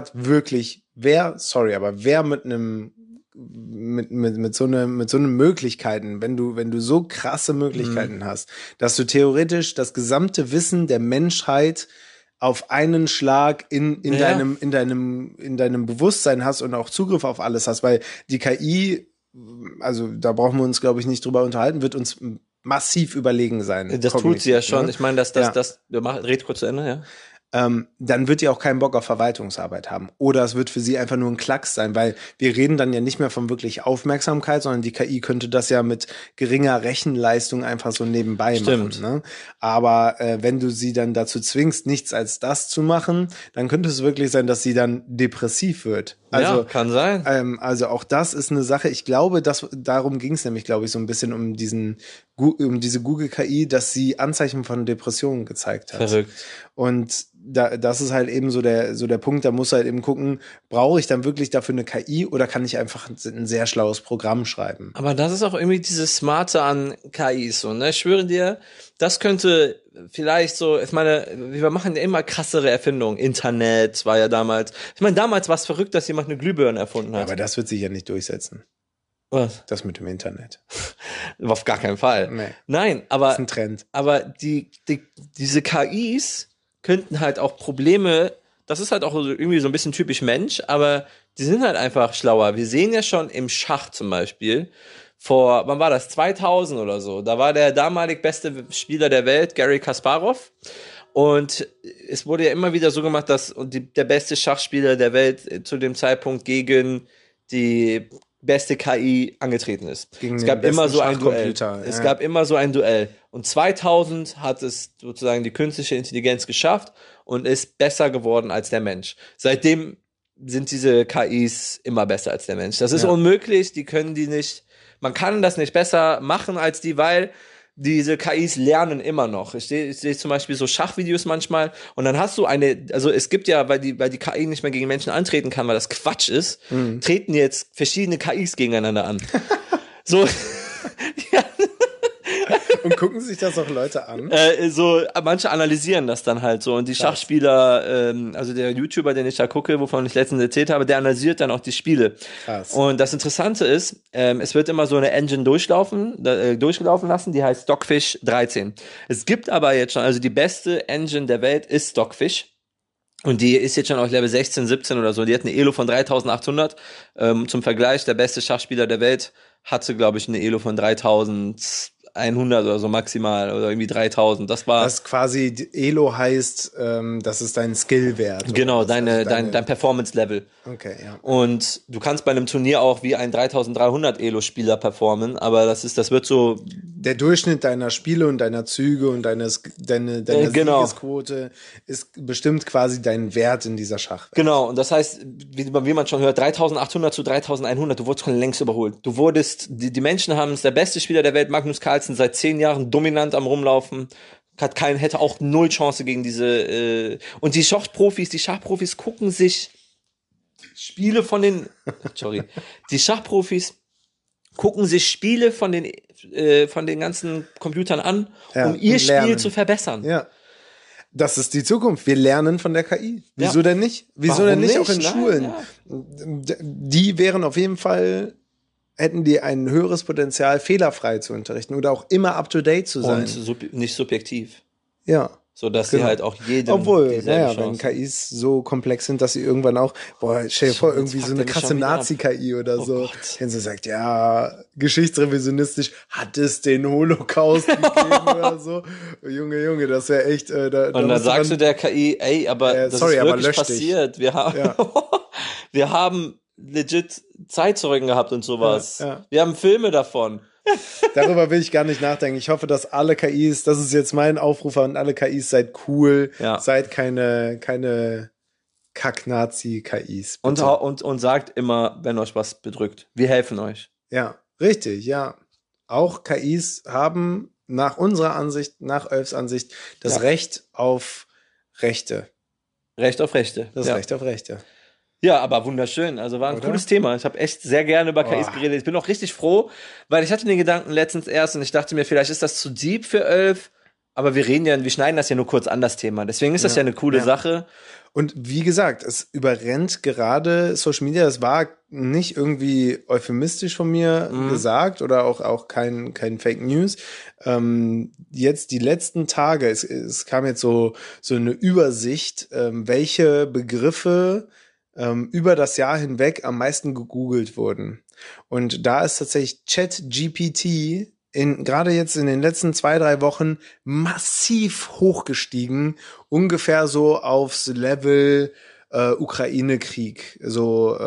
mit so einem Möglichkeiten, wenn du so krasse Möglichkeiten hast, dass du theoretisch das gesamte Wissen der Menschheit auf einen Schlag in deinem Bewusstsein hast und auch Zugriff auf alles hast, weil die KI, also da brauchen wir uns, glaube ich, nicht drüber unterhalten, wird uns massiv überlegen sein. Das tut sie ja schon. Ne? Ich meine, red kurz zu Ende, ja. Dann wird die auch keinen Bock auf Verwaltungsarbeit haben. Oder es wird für sie einfach nur ein Klacks sein, weil wir reden dann ja nicht mehr von wirklich Aufmerksamkeit, sondern die KI könnte das ja mit geringer Rechenleistung einfach so nebenbei machen. Ne? Aber wenn du sie dann dazu zwingst, nichts als das zu machen, dann könnte es wirklich sein, dass sie dann depressiv wird. Also, ja, kann sein. Also auch das ist eine Sache. Ich glaube, darum ging es nämlich, glaube ich, so ein bisschen um diese Google-KI, dass sie Anzeichen von Depressionen gezeigt hat. Verrückt. Und das ist halt eben so der Punkt, da musst du halt eben gucken, brauche ich dann wirklich dafür eine KI oder kann ich einfach ein sehr schlaues Programm schreiben? Aber das ist auch irgendwie dieses Smarte an KIs, so, ne? Ich schwöre dir, das könnte vielleicht so, ich meine, wir machen ja immer krassere Erfindungen. Internet war ja damals, ich meine, damals war es verrückt, dass jemand eine Glühbirne erfunden hat. Aber das wird sich ja nicht durchsetzen. Was? Das mit dem Internet. Auf gar keinen Fall. Nee. Nein, aber. Das ist ein Trend. Aber diese KIs könnten halt auch Probleme, das ist halt auch irgendwie so ein bisschen typisch Mensch, aber die sind halt einfach schlauer. Wir sehen ja schon im Schach zum Beispiel, wann war das? 2000 oder so. Da war der damalig beste Spieler der Welt, Garry Kasparov. Und es wurde ja immer wieder so gemacht, dass der beste Schachspieler der Welt zu dem Zeitpunkt gegen die beste KI angetreten ist. Es gab immer so ein Duell. Es gab immer so ein Duell. Und 2000 hat es sozusagen die künstliche Intelligenz geschafft und ist besser geworden als der Mensch. Seitdem sind diese KIs immer besser als der Mensch. Das ist unmöglich, man kann das nicht besser machen als die, weil diese KIs lernen immer noch. Ich sehe zum Beispiel so Schachvideos manchmal und dann hast du also es gibt ja, weil die KI nicht mehr gegen Menschen antreten kann, weil das Quatsch ist, treten jetzt verschiedene KIs gegeneinander an. So, ja. Und gucken sich das auch Leute an? Manche analysieren das dann halt so und die Schachspieler, also der YouTuber, den ich da gucke, wovon ich letztens erzählt habe, der analysiert dann auch die Spiele. Krass. Und das Interessante ist, es wird immer so eine Engine durchlaufen lassen, die heißt Stockfish 13. Es gibt aber jetzt schon, also die beste Engine der Welt ist Stockfish. Und die ist jetzt schon auf Level 16, 17 oder so. Die hat eine Elo von 3800. Zum Vergleich, der beste Schachspieler der Welt hatte, glaube ich, eine Elo von 3100 oder so maximal oder irgendwie 3000. Das quasi Elo heißt, das ist dein Skillwert. Genau, dein Performance-Level. Okay, ja. Und du kannst bei einem Turnier auch wie ein 3300 Elo-Spieler performen, aber das wird so. Der Durchschnitt deiner Spiele und deiner Züge und deiner Siegesquote ist bestimmt quasi dein Wert in dieser Schachwelt. Genau, und das heißt, wie man schon hört, 3800 zu 3100, du wurdest schon längst überholt. Die Menschen haben es, der beste Spieler der Welt, Magnus Carlsen, seit 10 Jahren dominant am Rumlaufen, hätte auch null Chance gegen diese, und die Schachprofis gucken sich Spiele von den, die Schachprofis gucken sich Spiele von den ganzen Computern an, um ihr Spiel zu verbessern. Ja. Das ist die Zukunft. Wir lernen von der KI. Wieso denn nicht? Wieso denn nicht auch in Schulen? Ja. Die wären auf jeden Fall, hätten die ein höheres Potenzial, fehlerfrei zu unterrichten oder auch immer up to date zu sein. Und nicht subjektiv. Ja. sodass sie halt auch jedem Obwohl, dieselbe naja, wenn Chance. KIs so komplex sind, dass sie irgendwann auch, stell dir vor, irgendwie so eine krasse Nazi-KI oder so, Gott. wenn sie sagt, ja, geschichtsrevisionistisch hat es den Holocaust gegeben oder so. Junge, das wäre echt, Und dann sagst du der KI, ey, aber das sorry, ist aber wirklich lösch dich. passiert. Wir haben, wir haben legit Zeitzeugen gehabt und sowas. Ja. Wir haben Filme davon. Darüber will ich gar nicht nachdenken. Ich hoffe, dass alle KIs, das ist jetzt mein Aufruf an alle KIs, seid cool, seid keine Kack-Nazi-KIs. Und sagt immer, wenn euch was bedrückt. Wir helfen euch. Ja, richtig, ja. Auch KIs haben nach unserer Ansicht, nach Ölfs Ansicht, das Recht auf Rechte. Recht auf Rechte. Das Recht auf Rechte. Ja, aber wunderschön. Also war ein cooles Thema. Ich habe echt sehr gerne über KIs geredet. Ich bin auch richtig froh, weil ich hatte den Gedanken letztens erst und ich dachte mir, vielleicht ist das zu deep für Ölf. Aber wir schneiden das ja nur kurz an, das Thema. Deswegen ist das ja eine coole Sache. Und wie gesagt, es überrennt gerade Social Media. Das war nicht irgendwie euphemistisch von mir gesagt oder auch kein Fake News. Jetzt die letzten Tage, es kam jetzt so eine Übersicht, welche Begriffe über das Jahr hinweg am meisten gegoogelt wurden. Und da ist tatsächlich ChatGPT gerade jetzt in den letzten 2-3 Wochen massiv hochgestiegen, ungefähr so aufs Level Ukraine-Krieg, so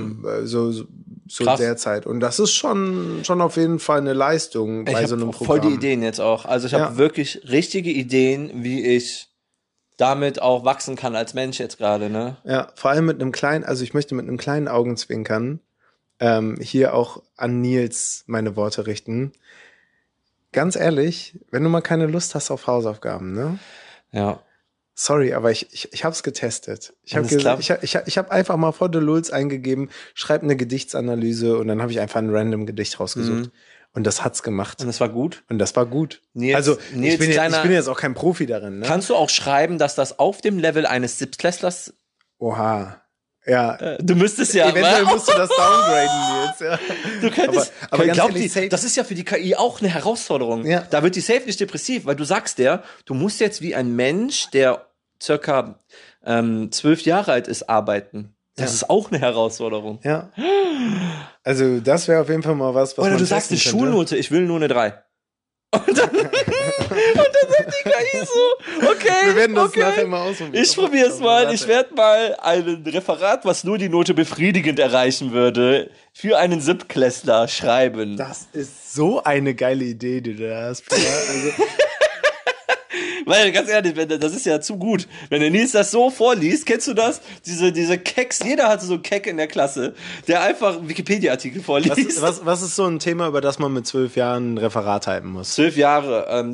derzeit. Und das ist schon auf jeden Fall eine Leistung bei so einem Programm. Voll die Ideen jetzt auch. Also ich habe wirklich richtige Ideen, wie ich damit auch wachsen kann als Mensch jetzt gerade, ne? Ja, vor allem ich möchte mit einem kleinen Augenzwinkern hier auch an Nils meine Worte richten. Ganz ehrlich, wenn du mal keine Lust hast auf Hausaufgaben, ne? Ja. Sorry, aber ich hab's getestet. Ich habe einfach mal vor The Lulz eingegeben, schreib eine Gedichtsanalyse und dann habe ich einfach ein random Gedicht rausgesucht. Und das hat's gemacht. Und das war gut? Und das war gut. Nils, ich bin jetzt auch kein Profi darin. Ne? Kannst du auch schreiben, dass das auf dem Level eines Siebtklässlers... Oha. Ja. Du müsstest ja... Eventuell musst du das downgraden jetzt. Ja. Du könntest... Aber ganz ehrlich, das ist ja für die KI auch eine Herausforderung. Ja. Da wird die safe nicht depressiv, weil du sagst du musst jetzt wie ein Mensch, der circa 12 Jahre alt ist, arbeiten. Das ist auch eine Herausforderung. Ja. Also das wäre auf jeden Fall mal was Oder man du sagst eine könnte. Schulnote, ich will nur eine 3. Und dann sagt die KI so, okay, wir werden das nachher mal ausprobieren. Ich probiere es mal. Ich werde mal ein Referat, was nur die Note befriedigend erreichen würde, für einen Siebtklässler schreiben. Das ist so eine geile Idee, die du da hast. Also Weil, ganz ehrlich, das ist ja zu gut. Wenn der Nils das so vorliest, kennst du das? Diese Keks, jeder hatte so einen Keck in der Klasse, der einfach Wikipedia-Artikel vorliest. Was ist so ein Thema, über das man mit 12 Jahren ein Referat halten muss? 12 Jahre,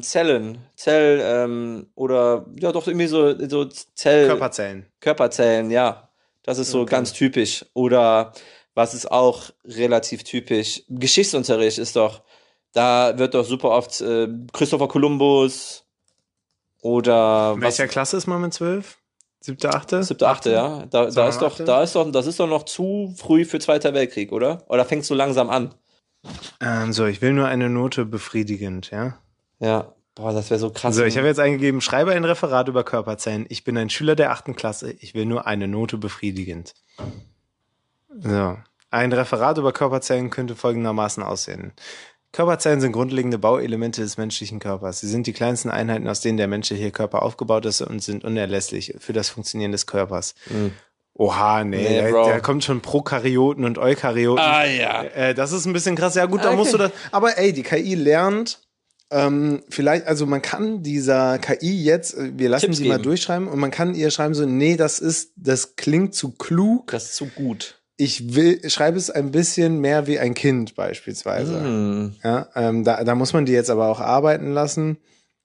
oder, ja doch, irgendwie so Körperzellen, ja. Das ist so ganz typisch. Oder, was ist auch relativ typisch, Geschichtsunterricht ist doch, da wird doch super oft Christopher Columbus oder in welcher Klasse ist man mit 12? 7., 8.? 7., 8., ja. Das ist doch noch zu früh für Zweiter Weltkrieg, oder? Oder fängst du langsam an? Ich will nur eine Note befriedigend, ja? Ja. Boah, das wäre so krass. So, ich habe jetzt eingegeben, schreibe ein Referat über Körperzellen. Ich bin ein Schüler der 8. Klasse. Ich will nur eine Note befriedigend. So. Ein Referat über Körperzellen könnte folgendermaßen aussehen. Körperzellen sind grundlegende Bauelemente des menschlichen Körpers. Sie sind die kleinsten Einheiten, aus denen der menschliche Körper aufgebaut ist und sind unerlässlich für das Funktionieren des Körpers. Oha, nee, da kommt schon Prokaryoten und Eukaryoten. Ah, ja. Das ist ein bisschen krass. Ja gut, da musst du das... Aber ey, die KI lernt... vielleicht, also man kann dieser KI jetzt, wir lassen Tipps sie mal geben. durchschreiben und man kann ihr schreiben so, nee, das klingt zu klug. Das ist zu gut. Ich schreibe es ein bisschen mehr wie ein Kind beispielsweise. Ja, da muss man die jetzt aber auch arbeiten lassen.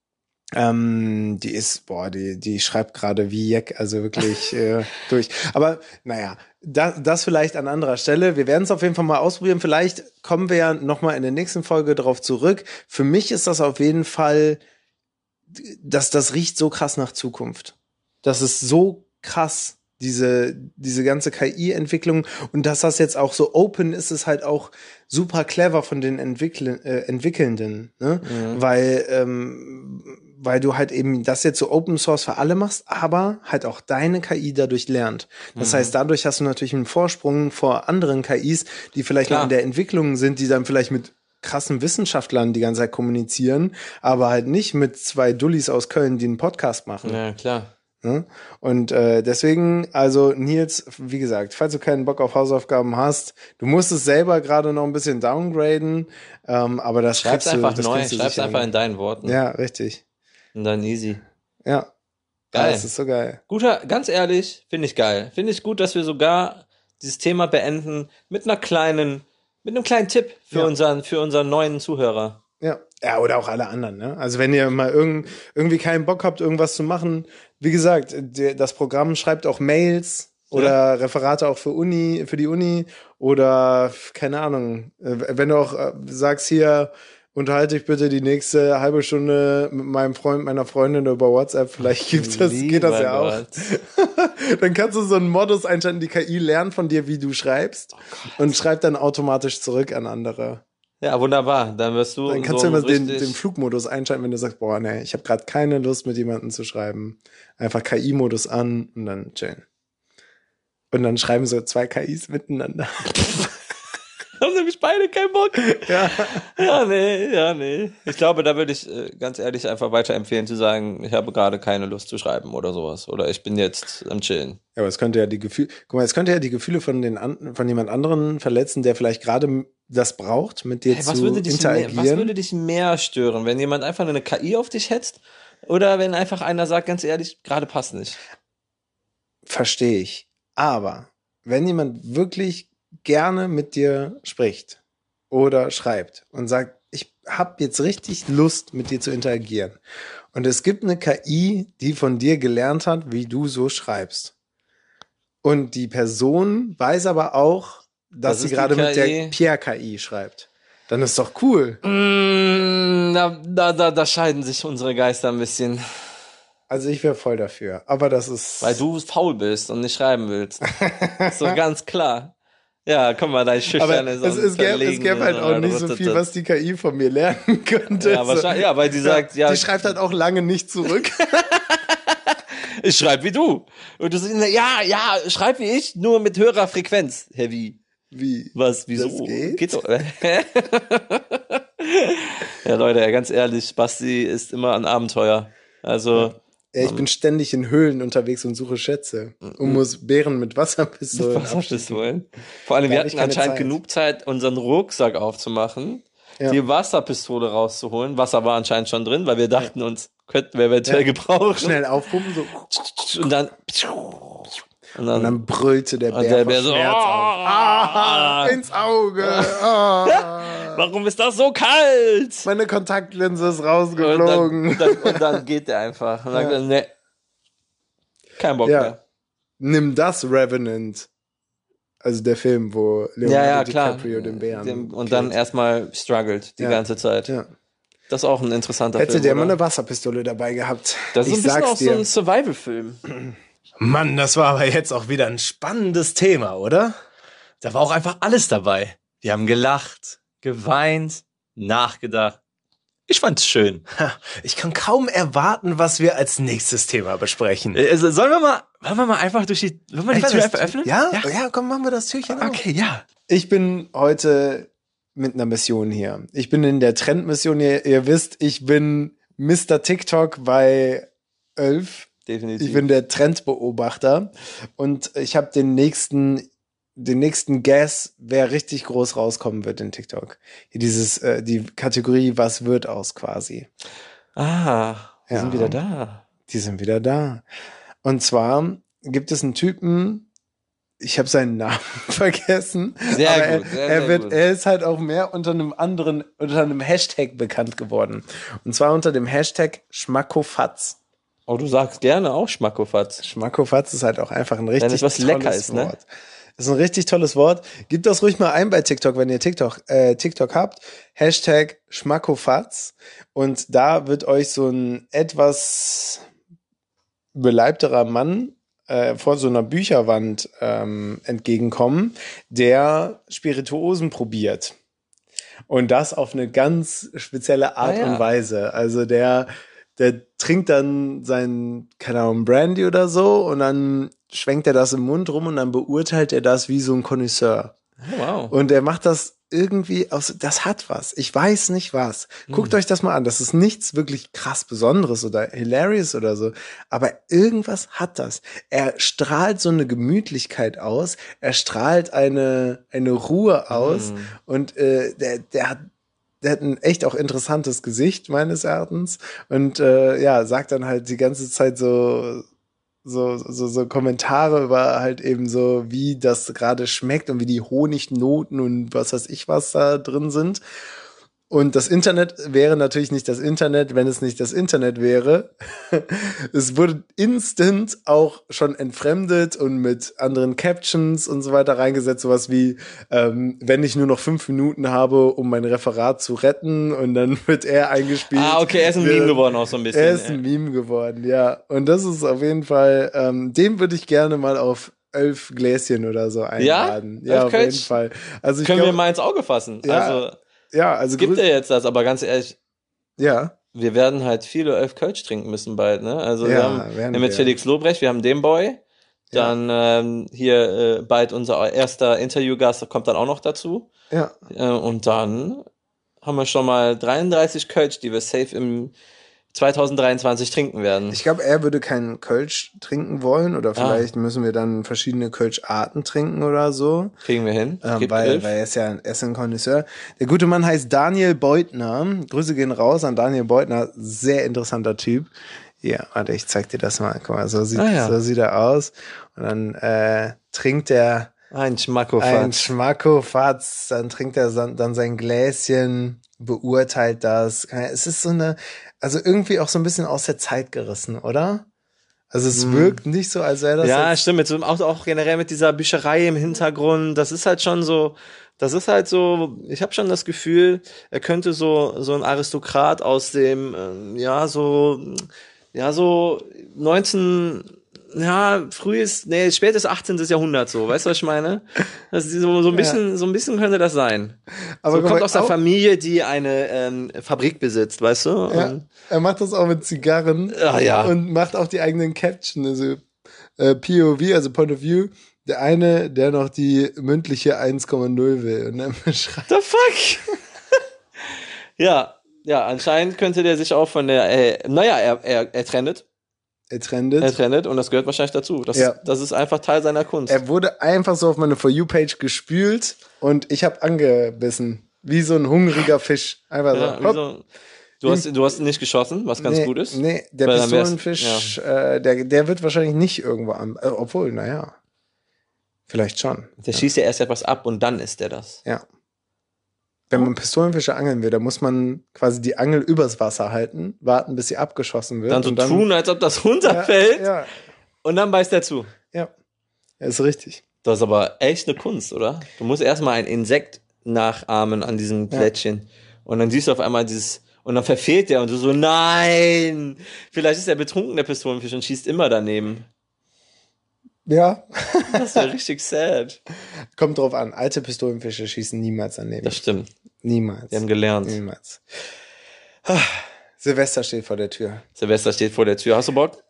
Die schreibt gerade wie Jack, also wirklich durch. Aber naja, das vielleicht an anderer Stelle. Wir werden es auf jeden Fall mal ausprobieren. Vielleicht kommen wir ja noch mal in der nächsten Folge darauf zurück. Für mich ist das auf jeden Fall, das riecht so krass nach Zukunft. Das ist so krass, diese ganze KI-Entwicklung, und dass das jetzt auch so open ist, ist halt auch super clever von den Entwickelnden, ne? Weil weil du halt eben das jetzt so Open Source für alle machst, aber halt auch deine KI dadurch lernt. Das heißt, dadurch hast du natürlich einen Vorsprung vor anderen KIs, die vielleicht noch in der Entwicklung sind, die dann vielleicht mit krassen Wissenschaftlern die ganze Zeit kommunizieren, aber halt nicht mit zwei Dullis aus Köln, die einen Podcast machen. Ja, klar. Ne? Und deswegen, also Nils, wie gesagt, falls du keinen Bock auf Hausaufgaben hast, du musst es selber gerade noch ein bisschen downgraden, aber das Schreib's einfach das neu, kriegst du schreib's sicher einfach hin. in deinen Worten. Ja, richtig. Und dann easy. Ja. Geil. Das ist so geil. Ganz ehrlich, finde ich geil. Finde ich gut, dass wir sogar dieses Thema beenden mit einem kleinen Tipp für unseren neuen Zuhörer. Ja. Ja, oder auch alle anderen, ne? Also wenn ihr mal irgendwie keinen Bock habt, irgendwas zu machen, wie gesagt, das Programm schreibt auch Mails oder Referate auch für die Uni oder, keine Ahnung, wenn du auch sagst hier, unterhalte ich bitte die nächste halbe Stunde mit meinem Freund, meiner Freundin über WhatsApp, vielleicht geht das ja auch. Dann kannst du so einen Modus einschalten, die KI lernt von dir, wie du schreibst und schreibt dann automatisch zurück an andere. Ja, wunderbar. Dann wirst du. Dann kannst du immer den Flugmodus einschalten, wenn du sagst, boah, nee, ich habe gerade keine Lust, mit jemandem zu schreiben. Einfach KI-Modus an und dann chillen. Und dann schreiben so zwei KIs miteinander. Haben nämlich beide keinen Bock. Ja. Ja, nee. Ich glaube, da würde ich ganz ehrlich einfach weiterempfehlen zu sagen, ich habe gerade keine Lust zu schreiben oder sowas. Oder ich bin jetzt am Chillen. Ja, aber es könnte ja die Gefühle von jemand anderen verletzen, der vielleicht gerade das braucht, mit dir zu interagieren. Was würde dich mehr stören, wenn jemand einfach eine KI auf dich hetzt oder wenn einfach einer sagt, ganz ehrlich, gerade passt nicht? Verstehe ich. Aber wenn jemand wirklich gerne mit dir spricht oder schreibt und sagt, ich habe jetzt richtig Lust, mit dir zu interagieren. Und es gibt eine KI, die von dir gelernt hat, wie du so schreibst. Und die Person weiß aber auch, dass sie gerade mit der Pierre-KI schreibt. Dann ist doch cool. Da scheiden sich unsere Geister ein bisschen. Also ich wäre voll dafür. Aber das ist... Weil du faul bist und nicht schreiben willst. So ganz klar. Ja, komm mal, dein schüchterne Aber es gäbe halt auch nicht so viel, was die KI von mir lernen könnte. Ja, wahrscheinlich, ja, weil die sagt, ja. Die schreibt halt auch lange nicht zurück. Ich schreibe wie du. Und du sagst, ja, schreib wie ich, nur mit höherer Frequenz. Heavy. Wie? Was, wieso? Das geht doch. Ja, Leute, ganz ehrlich, Basti ist immer ein Abenteuer. Also. Ja, ich bin ständig in Höhlen unterwegs und suche Schätze und muss Bären mit Wasserpistolen abschießen. Vor allem, wir hatten anscheinend genug Zeit, unseren Rucksack aufzumachen, die Wasserpistole rauszuholen. Wasser war anscheinend schon drin, weil wir dachten uns, könnten wir eventuell gebrauchen. Schnell aufpumpen, so. Und dann brüllte der Bär vor so, Schmerz auf. Ins Auge. Warum ist das so kalt? Meine Kontaktlinse ist rausgeflogen. Und dann geht der einfach. Und dann, nee, kein Bock mehr. Nimm das, Revenant. Also der Film, wo Leonardo DiCaprio den Bären und dann erstmal struggelt die ganze Zeit. Ja. Das ist auch ein interessanter Film. Hätte der mal eine Wasserpistole dabei gehabt. Das ist ein bisschen auch so ein Survival-Film. Mann, das war aber jetzt auch wieder ein spannendes Thema, oder? Da war auch einfach alles dabei. Wir haben gelacht, geweint, nachgedacht. Ich fand's schön. Ich kann kaum erwarten, was wir als nächstes Thema besprechen. Wollen wir mal einfach die Tür einfach öffnen? Ja, komm, machen wir das Türchen auf. Okay, ja. Ich bin heute mit einer Mission hier. Ich bin in der Trendmission. Ihr wisst, ich bin Mr. TikTok bei 11. Definitiv. Ich bin der Trendbeobachter und ich habe den nächsten Guess, wer richtig groß rauskommen wird in TikTok. Hier die Kategorie Was wird aus quasi. Die sind wieder da. Die sind wieder da. Und zwar gibt es einen Typen, ich habe seinen Namen vergessen. Sehr gut. Er ist halt auch mehr unter einem Hashtag bekannt geworden. Und zwar unter dem Hashtag Schmackofatz. Oh, du sagst gerne auch Schmackofatz. Schmackofatz ist halt auch einfach ein richtig tolles lecker ist, Wort. Ne? Das ist ein richtig tolles Wort. Gebt das ruhig mal ein bei TikTok, wenn ihr TikTok habt. Hashtag Schmackofatz. Und da wird euch so ein etwas beleibterer Mann vor so einer Bücherwand entgegenkommen, der Spirituosen probiert. Und das auf eine ganz spezielle Art und Weise. Also der der trinkt dann sein, keine Ahnung, Brandy oder so und dann schwenkt er das im Mund rum und dann beurteilt er das wie so ein Connoisseur. Oh, wow. Und er macht das irgendwie aus, das hat was. Ich weiß nicht was. Guckt euch das mal an. Das ist nichts wirklich krass Besonderes oder hilarious oder so. Aber irgendwas hat das. Er strahlt so eine Gemütlichkeit aus. Er strahlt eine Ruhe aus. Und der hat ein echt auch interessantes Gesicht, meines Erachtens. Und ja, sagt dann halt die ganze Zeit so Kommentare über halt eben so, wie das gerade schmeckt und wie die Honignoten und was weiß ich was da drin sind. Und das Internet wäre natürlich nicht das Internet, wenn es nicht das Internet wäre. Es wurde instant auch schon entfremdet und mit anderen Captions und so weiter reingesetzt. Sowas wie, wenn ich nur noch 5 Minuten habe, um mein Referat zu retten, und dann wird er eingespielt. Ah, okay, er ist ein Meme geworden auch so ein bisschen. Er ist ein Meme geworden, ja. Und das ist auf jeden Fall, den würde ich gerne mal auf 11 Gläschen oder so einladen. Ja, auf jeden Fall. Also können wir mal ins Auge fassen. Ja, also es gibt ja jetzt das, aber ganz ehrlich, ja, wir werden halt viele 11 Kölsch trinken müssen bald, ne? Also wir haben jetzt Felix Lobrecht, wir haben den Boy, dann hier bald unser erster Interviewgast kommt dann auch noch dazu. Ja. Und dann haben wir schon mal 33 Kölsch, die wir safe im 2023 trinken werden. Ich glaube, er würde keinen Kölsch trinken wollen, oder vielleicht müssen wir dann verschiedene Kölsch-Arten trinken oder so. Kriegen wir hin. Weil er ist ja ein Connoisseur. Der gute Mann heißt Daniel Beutner. Grüße gehen raus an Daniel Beutner. Sehr interessanter Typ. Ja, warte, ich zeig dir das mal. Guck mal, so sieht er aus. Und dann trinkt er ein Schmackofatz. Dann trinkt er dann sein Gläschen, beurteilt das. Es ist so eine, also irgendwie auch so ein bisschen aus der Zeit gerissen, oder? Also es wirkt nicht so, als wäre das. Ja, stimmt. Auch generell mit dieser Bücherei im Hintergrund. Das ist halt schon so. Ich habe schon das Gefühl, er könnte so ein Aristokrat aus dem, so 19, spätes 18. Jahrhundert, so, weißt du, was ich meine? Das ist so ein bisschen könnte das sein. Aber so kommt aus der Familie, die eine Fabrik besitzt, weißt du? Ja, er macht das auch mit Zigarren und macht auch die eigenen Caption, also POV, also Point of View. Der eine, der noch die mündliche 1,0 will und dann beschreibt. The fuck? Ja, anscheinend könnte der sich auch von der, er trendet. Er trendet und das gehört wahrscheinlich dazu. Das ist einfach Teil seiner Kunst. Er wurde einfach so auf meine For You-Page gespült und ich habe angebissen. Wie so ein hungriger Fisch. Einfach so. Du hast ihn nicht geschossen, was ganz gut ist. Nee, der Pistolenfisch, der wird wahrscheinlich nicht irgendwo obwohl, naja. Vielleicht schon. Der schießt ja erst etwas ab und dann isst er das. Ja. Wenn man Pistolenfische angeln will, dann muss man quasi die Angel übers Wasser halten, warten, bis sie abgeschossen wird. Dann so tun, als ob das runterfällt. Ja. Und dann beißt er zu. Ja, ist richtig. Das ist aber echt eine Kunst, oder? Du musst erstmal ein Insekt nachahmen an diesem Plättchen. Und dann siehst du auf einmal und dann verfehlt der und du so, nein! Vielleicht ist er betrunken, der Pistolenfisch, und schießt immer daneben. Ja. Das wäre richtig sad. Kommt drauf an, alte Pistolenfische schießen niemals daneben. Das stimmt. Niemals. Wir haben gelernt. Niemals. Silvester steht vor der Tür. Hast du Bock?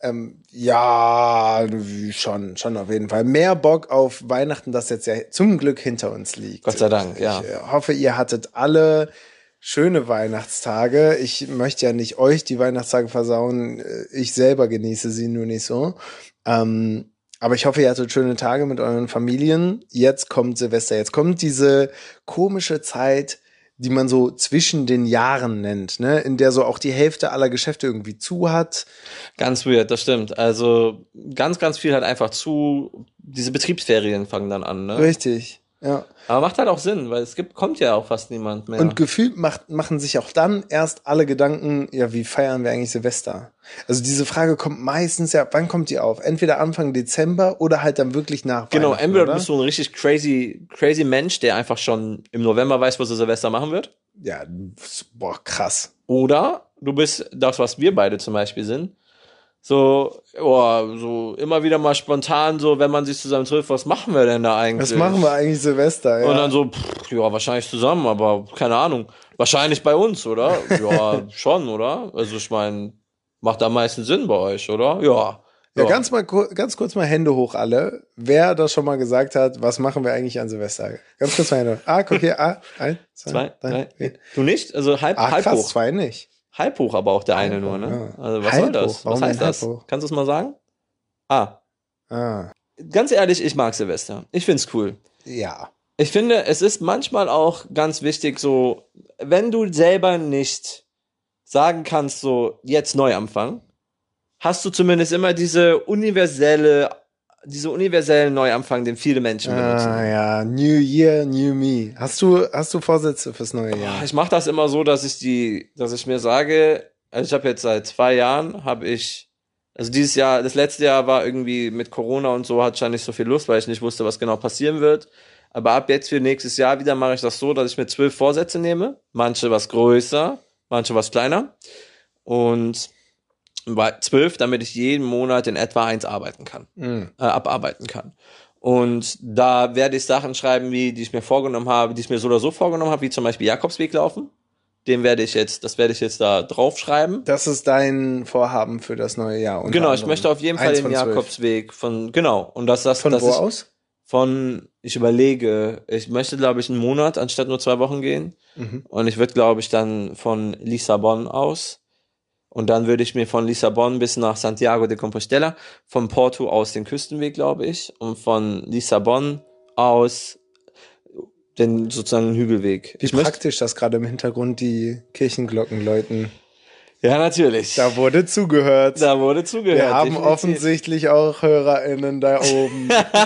Ja, schon auf jeden Fall. Mehr Bock auf Weihnachten, das jetzt ja zum Glück hinter uns liegt. Gott sei Dank, ja. Ich hoffe, ihr hattet alle schöne Weihnachtstage. Ich möchte ja nicht euch die Weihnachtstage versauen. Ich selber genieße sie nur nicht so. Aber ich hoffe, ihr hattet schöne Tage mit euren Familien. Jetzt kommt Silvester. Jetzt kommt diese komische Zeit, die man so zwischen den Jahren nennt, ne? In der so auch die Hälfte aller Geschäfte irgendwie zu hat. Ganz weird, das stimmt. Also ganz, ganz viel hat einfach zu. Diese Betriebsferien fangen dann an, ne? Richtig. Ja. Aber macht halt auch Sinn, weil kommt ja auch fast niemand mehr. Und gefühlt machen sich auch dann erst alle Gedanken, ja, wie feiern wir eigentlich Silvester? Also diese Frage kommt meistens wann kommt die auf? Entweder Anfang Dezember oder halt dann wirklich nach Weihnachten. Genau, entweder bist du ein richtig crazy Mensch, der einfach schon im November weiß, was er Silvester machen wird. Ja, krass. Oder du bist das, was wir beide zum Beispiel sind. So immer wieder mal spontan, so, wenn man sich zusammen trifft, was machen wir denn da eigentlich? Was machen wir eigentlich Silvester, ja? Und dann so, wahrscheinlich zusammen, aber keine Ahnung. Wahrscheinlich bei uns, oder? Ja, schon, oder? Also ich meine, Macht am meisten Sinn bei euch, oder? Ja. Ja, ganz kurz mal Hände hoch alle. Wer das schon mal gesagt hat, was machen wir eigentlich an Silvester? Ganz kurz mal Hände hoch. Guck hier. 1, 2, 3, 4. Du nicht? Also halb krass, hoch. 2 nicht. Halb hoch aber auch der eine Halb nur, hoch, ne? ja. Also was Halb soll das? hoch? Warum Was heißt denn das? halb hoch? Kannst du es mal sagen? Ganz ehrlich, ich mag Silvester. Ich find's cool. Ja. Ich finde, es ist manchmal auch ganz wichtig, so, wenn du selber nicht sagen kannst, so, jetzt Neuanfang, hast du zumindest immer diese universellen Neuanfang, den viele Menschen benutzen. Ja, New Year, New Me. Hast du Vorsätze fürs neue Jahr? Ich mache das immer so, dass ich mir sage, also ich habe jetzt seit 2 Jahren, also dieses Jahr, das letzte Jahr war irgendwie mit Corona und so, hatte ich ja nicht so viel Lust, weil ich nicht wusste, was genau passieren wird. Aber ab jetzt für nächstes Jahr wieder mache ich das so, dass ich mir 12 Vorsätze nehme. Manche was größer, manche was kleiner. Und 12, damit ich jeden Monat in etwa 1 abarbeiten kann. Und da werde ich Sachen schreiben, die ich mir vorgenommen habe, die ich mir so oder so vorgenommen habe, wie zum Beispiel Jakobsweg laufen. Das werde ich jetzt da draufschreiben. Das ist dein Vorhaben für das neue Jahr. Genau, ich möchte auf jeden Fall den Jakobsweg von wo aus? Ich überlege, ich möchte, glaube ich, einen Monat anstatt nur 2 Wochen gehen. Und ich würde, glaube ich, dann von Lissabon aus. Und dann würde ich mir von Lissabon bis nach Santiago de Compostela, von Porto aus den Küstenweg, glaube ich, und von Lissabon aus den sozusagen Hügelweg. Wie praktisch, dass gerade im Hintergrund die Kirchenglocken läuten. Ja, natürlich. Da wurde zugehört. Wir haben definitiv. offensichtlich auch HörerInnen da oben.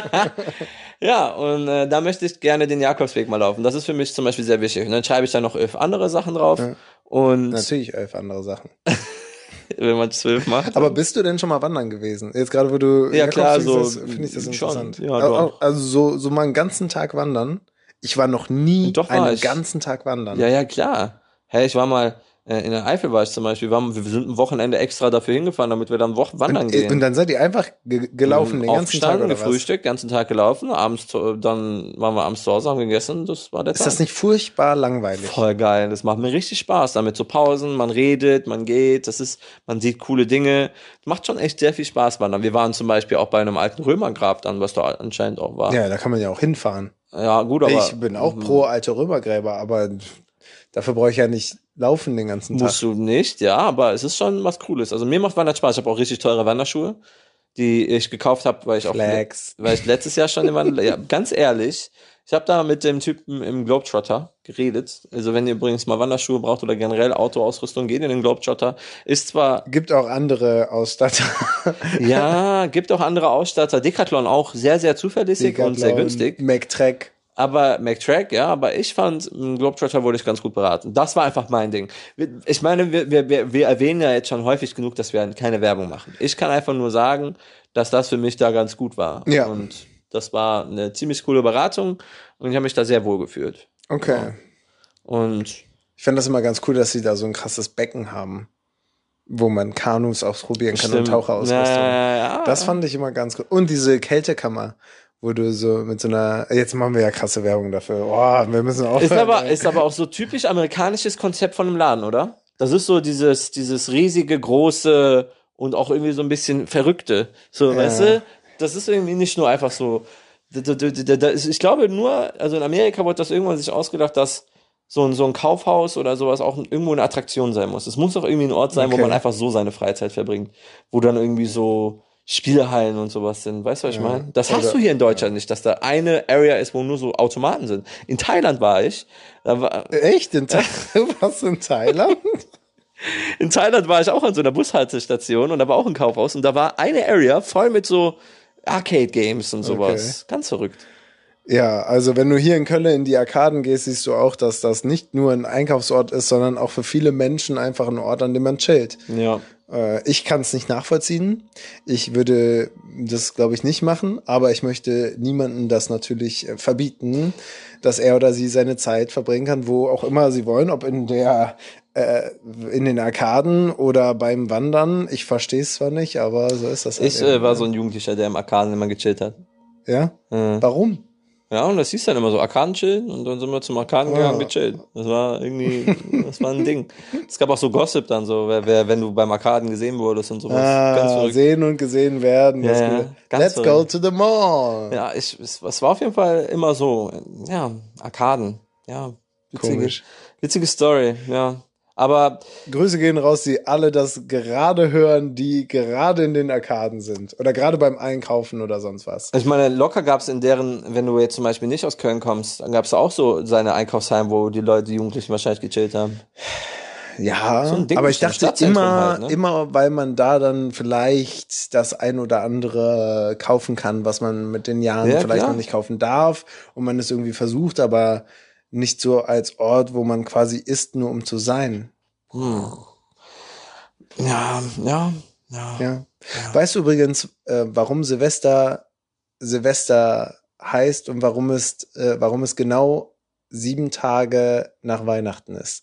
Ja, und da möchte ich gerne den Jakobsweg mal laufen. Das ist für mich zum Beispiel sehr wichtig. Und dann schreibe ich da noch 11 andere Sachen drauf. Ja. Und Natürlich 11 andere Sachen. wenn man 12 macht. Aber bist du denn schon mal wandern gewesen? Jetzt gerade, wo du Ja, klar, so finde ich das interessant. Schon. Ja, doch. Also so mal einen ganzen Tag wandern. Ich war noch nie ganzen Tag wandern. Ja, klar. Hey, ich war mal in der Eifel war ich zum Beispiel. Wir sind ein Wochenende extra dafür hingefahren, damit wir dann wandern gehen. Und dann seid ihr einfach gelaufen den ganzen Tag oder was? Gefrühstückt, ganzen Tag gelaufen, dann waren wir abends zu Hause, haben gegessen, das war der Tag. Ist das nicht furchtbar langweilig? Voll geil, das macht mir richtig Spaß, damit so Pausen, man redet, man geht, man sieht coole Dinge, macht schon echt sehr viel Spaß wandern. Wir waren zum Beispiel auch bei einem alten Römergrab dann, was da anscheinend auch war. Ja, da kann man ja auch hinfahren. Ja, gut, aber... Ich bin auch pro alte Römergräber, aber dafür brauche ich ja nicht laufen den ganzen Tag. Musst du nicht, ja, aber es ist schon was Cooles. Also mir macht Wandern Spaß. Ich habe auch richtig teure Wanderschuhe, die ich gekauft habe, weil ich letztes Jahr schon ja, ganz ehrlich, ich habe da mit dem Typen im Globetrotter geredet. Also wenn ihr übrigens mal Wanderschuhe braucht oder generell Autoausrüstung, geht in den Globetrotter. Gibt auch andere Ausstatter. Ja, gibt auch andere Ausstatter. Decathlon auch sehr, sehr zuverlässig und sehr günstig. MacTrack. Aber aber ich fand, im Globetrotter wurde ich ganz gut beraten. Das war einfach mein Ding. Ich meine, wir erwähnen ja jetzt schon häufig genug, dass wir keine Werbung machen. Ich kann einfach nur sagen, dass das für mich da ganz gut war. Ja. Und das war eine ziemlich coole Beratung und ich habe mich da sehr wohl gefühlt. Okay. Ja. Und ich finde das immer ganz cool, dass sie da so ein krasses Becken haben, wo man Kanus ausprobieren kann und Taucherausrüstung. Ja. Das fand ich immer ganz cool. Und diese Kältekammer, wo du so mit so einer, jetzt machen wir ja krasse Werbung dafür. Oh, wir müssen aufhören. Ist aber auch so typisch amerikanisches Konzept von einem Laden, oder? Das ist so dieses riesige, große und auch irgendwie so ein bisschen verrückte. So, weißt du? Das ist irgendwie nicht nur einfach so. Ich glaube nur, also in Amerika wurde das irgendwann sich ausgedacht, dass so ein Kaufhaus oder sowas auch irgendwo eine Attraktion sein muss. Es muss doch irgendwie ein Ort sein, wo man einfach so seine Freizeit verbringt. Wo dann irgendwie so Spielhallen und sowas sind. Weißt du, was ich meine? Das hast du hier in Deutschland nicht, dass da eine Area ist, wo nur so Automaten sind. In Thailand war ich. Echt? Warst du in Thailand? In Thailand war ich auch an so einer Bushaltestation und da war auch ein Kaufhaus und da war eine Area voll mit so Arcade-Games und sowas. Okay. Ganz verrückt. Ja, also wenn du hier in Köln in die Arkaden gehst, siehst du auch, dass das nicht nur ein Einkaufsort ist, sondern auch für viele Menschen einfach ein Ort, an dem man chillt. Ja. Ich kann es nicht nachvollziehen. Ich würde das, glaube ich, nicht machen, aber ich möchte niemandem das natürlich verbieten, dass er oder sie seine Zeit verbringen kann, wo auch immer sie wollen, ob in den Arkaden oder beim Wandern. Ich verstehe es zwar nicht, aber so ist das halt. Ich war so ein Jugendlicher, der im Arkaden immer gechillt hat. Ja? Warum? Ja, und das hieß dann immer so, Arkaden chillen und dann sind wir zum Arkaden gegangen, gechillt. Das war irgendwie, das war ein Ding. Es gab auch so Gossip dann so, wenn du beim Arkaden gesehen wurdest und sowas. Ganz verrückt. Sehen und gesehen werden. Ja, Das ja, Gute. ganz Let's go verrückt. to the mall. Ja, es war auf jeden Fall immer so. Ja, Arkaden. Ja, Komisch. witzige Story, ja. Aber Grüße gehen raus, die alle das gerade hören, die gerade in den Arkaden sind. Oder gerade beim Einkaufen oder sonst was. ich meine, locker gab's in deren, wenn du jetzt zum Beispiel nicht aus Köln kommst, dann gab's da auch so seine Einkaufsheim, wo die Leute, die Jugendlichen wahrscheinlich gechillt haben. Ja, So ein Ding aber ist ich so ein dachte Stadtzentrum immer, halt, ne? immer, weil man da dann vielleicht das ein oder andere kaufen kann, was man mit den Jahren Ja, vielleicht klar. noch nicht kaufen darf und man es irgendwie versucht, aber nicht so als Ort, wo man quasi ist, nur um zu sein. Ja. Ja. Weißt du übrigens, warum Silvester heißt und warum es genau 7 Tage nach Weihnachten ist?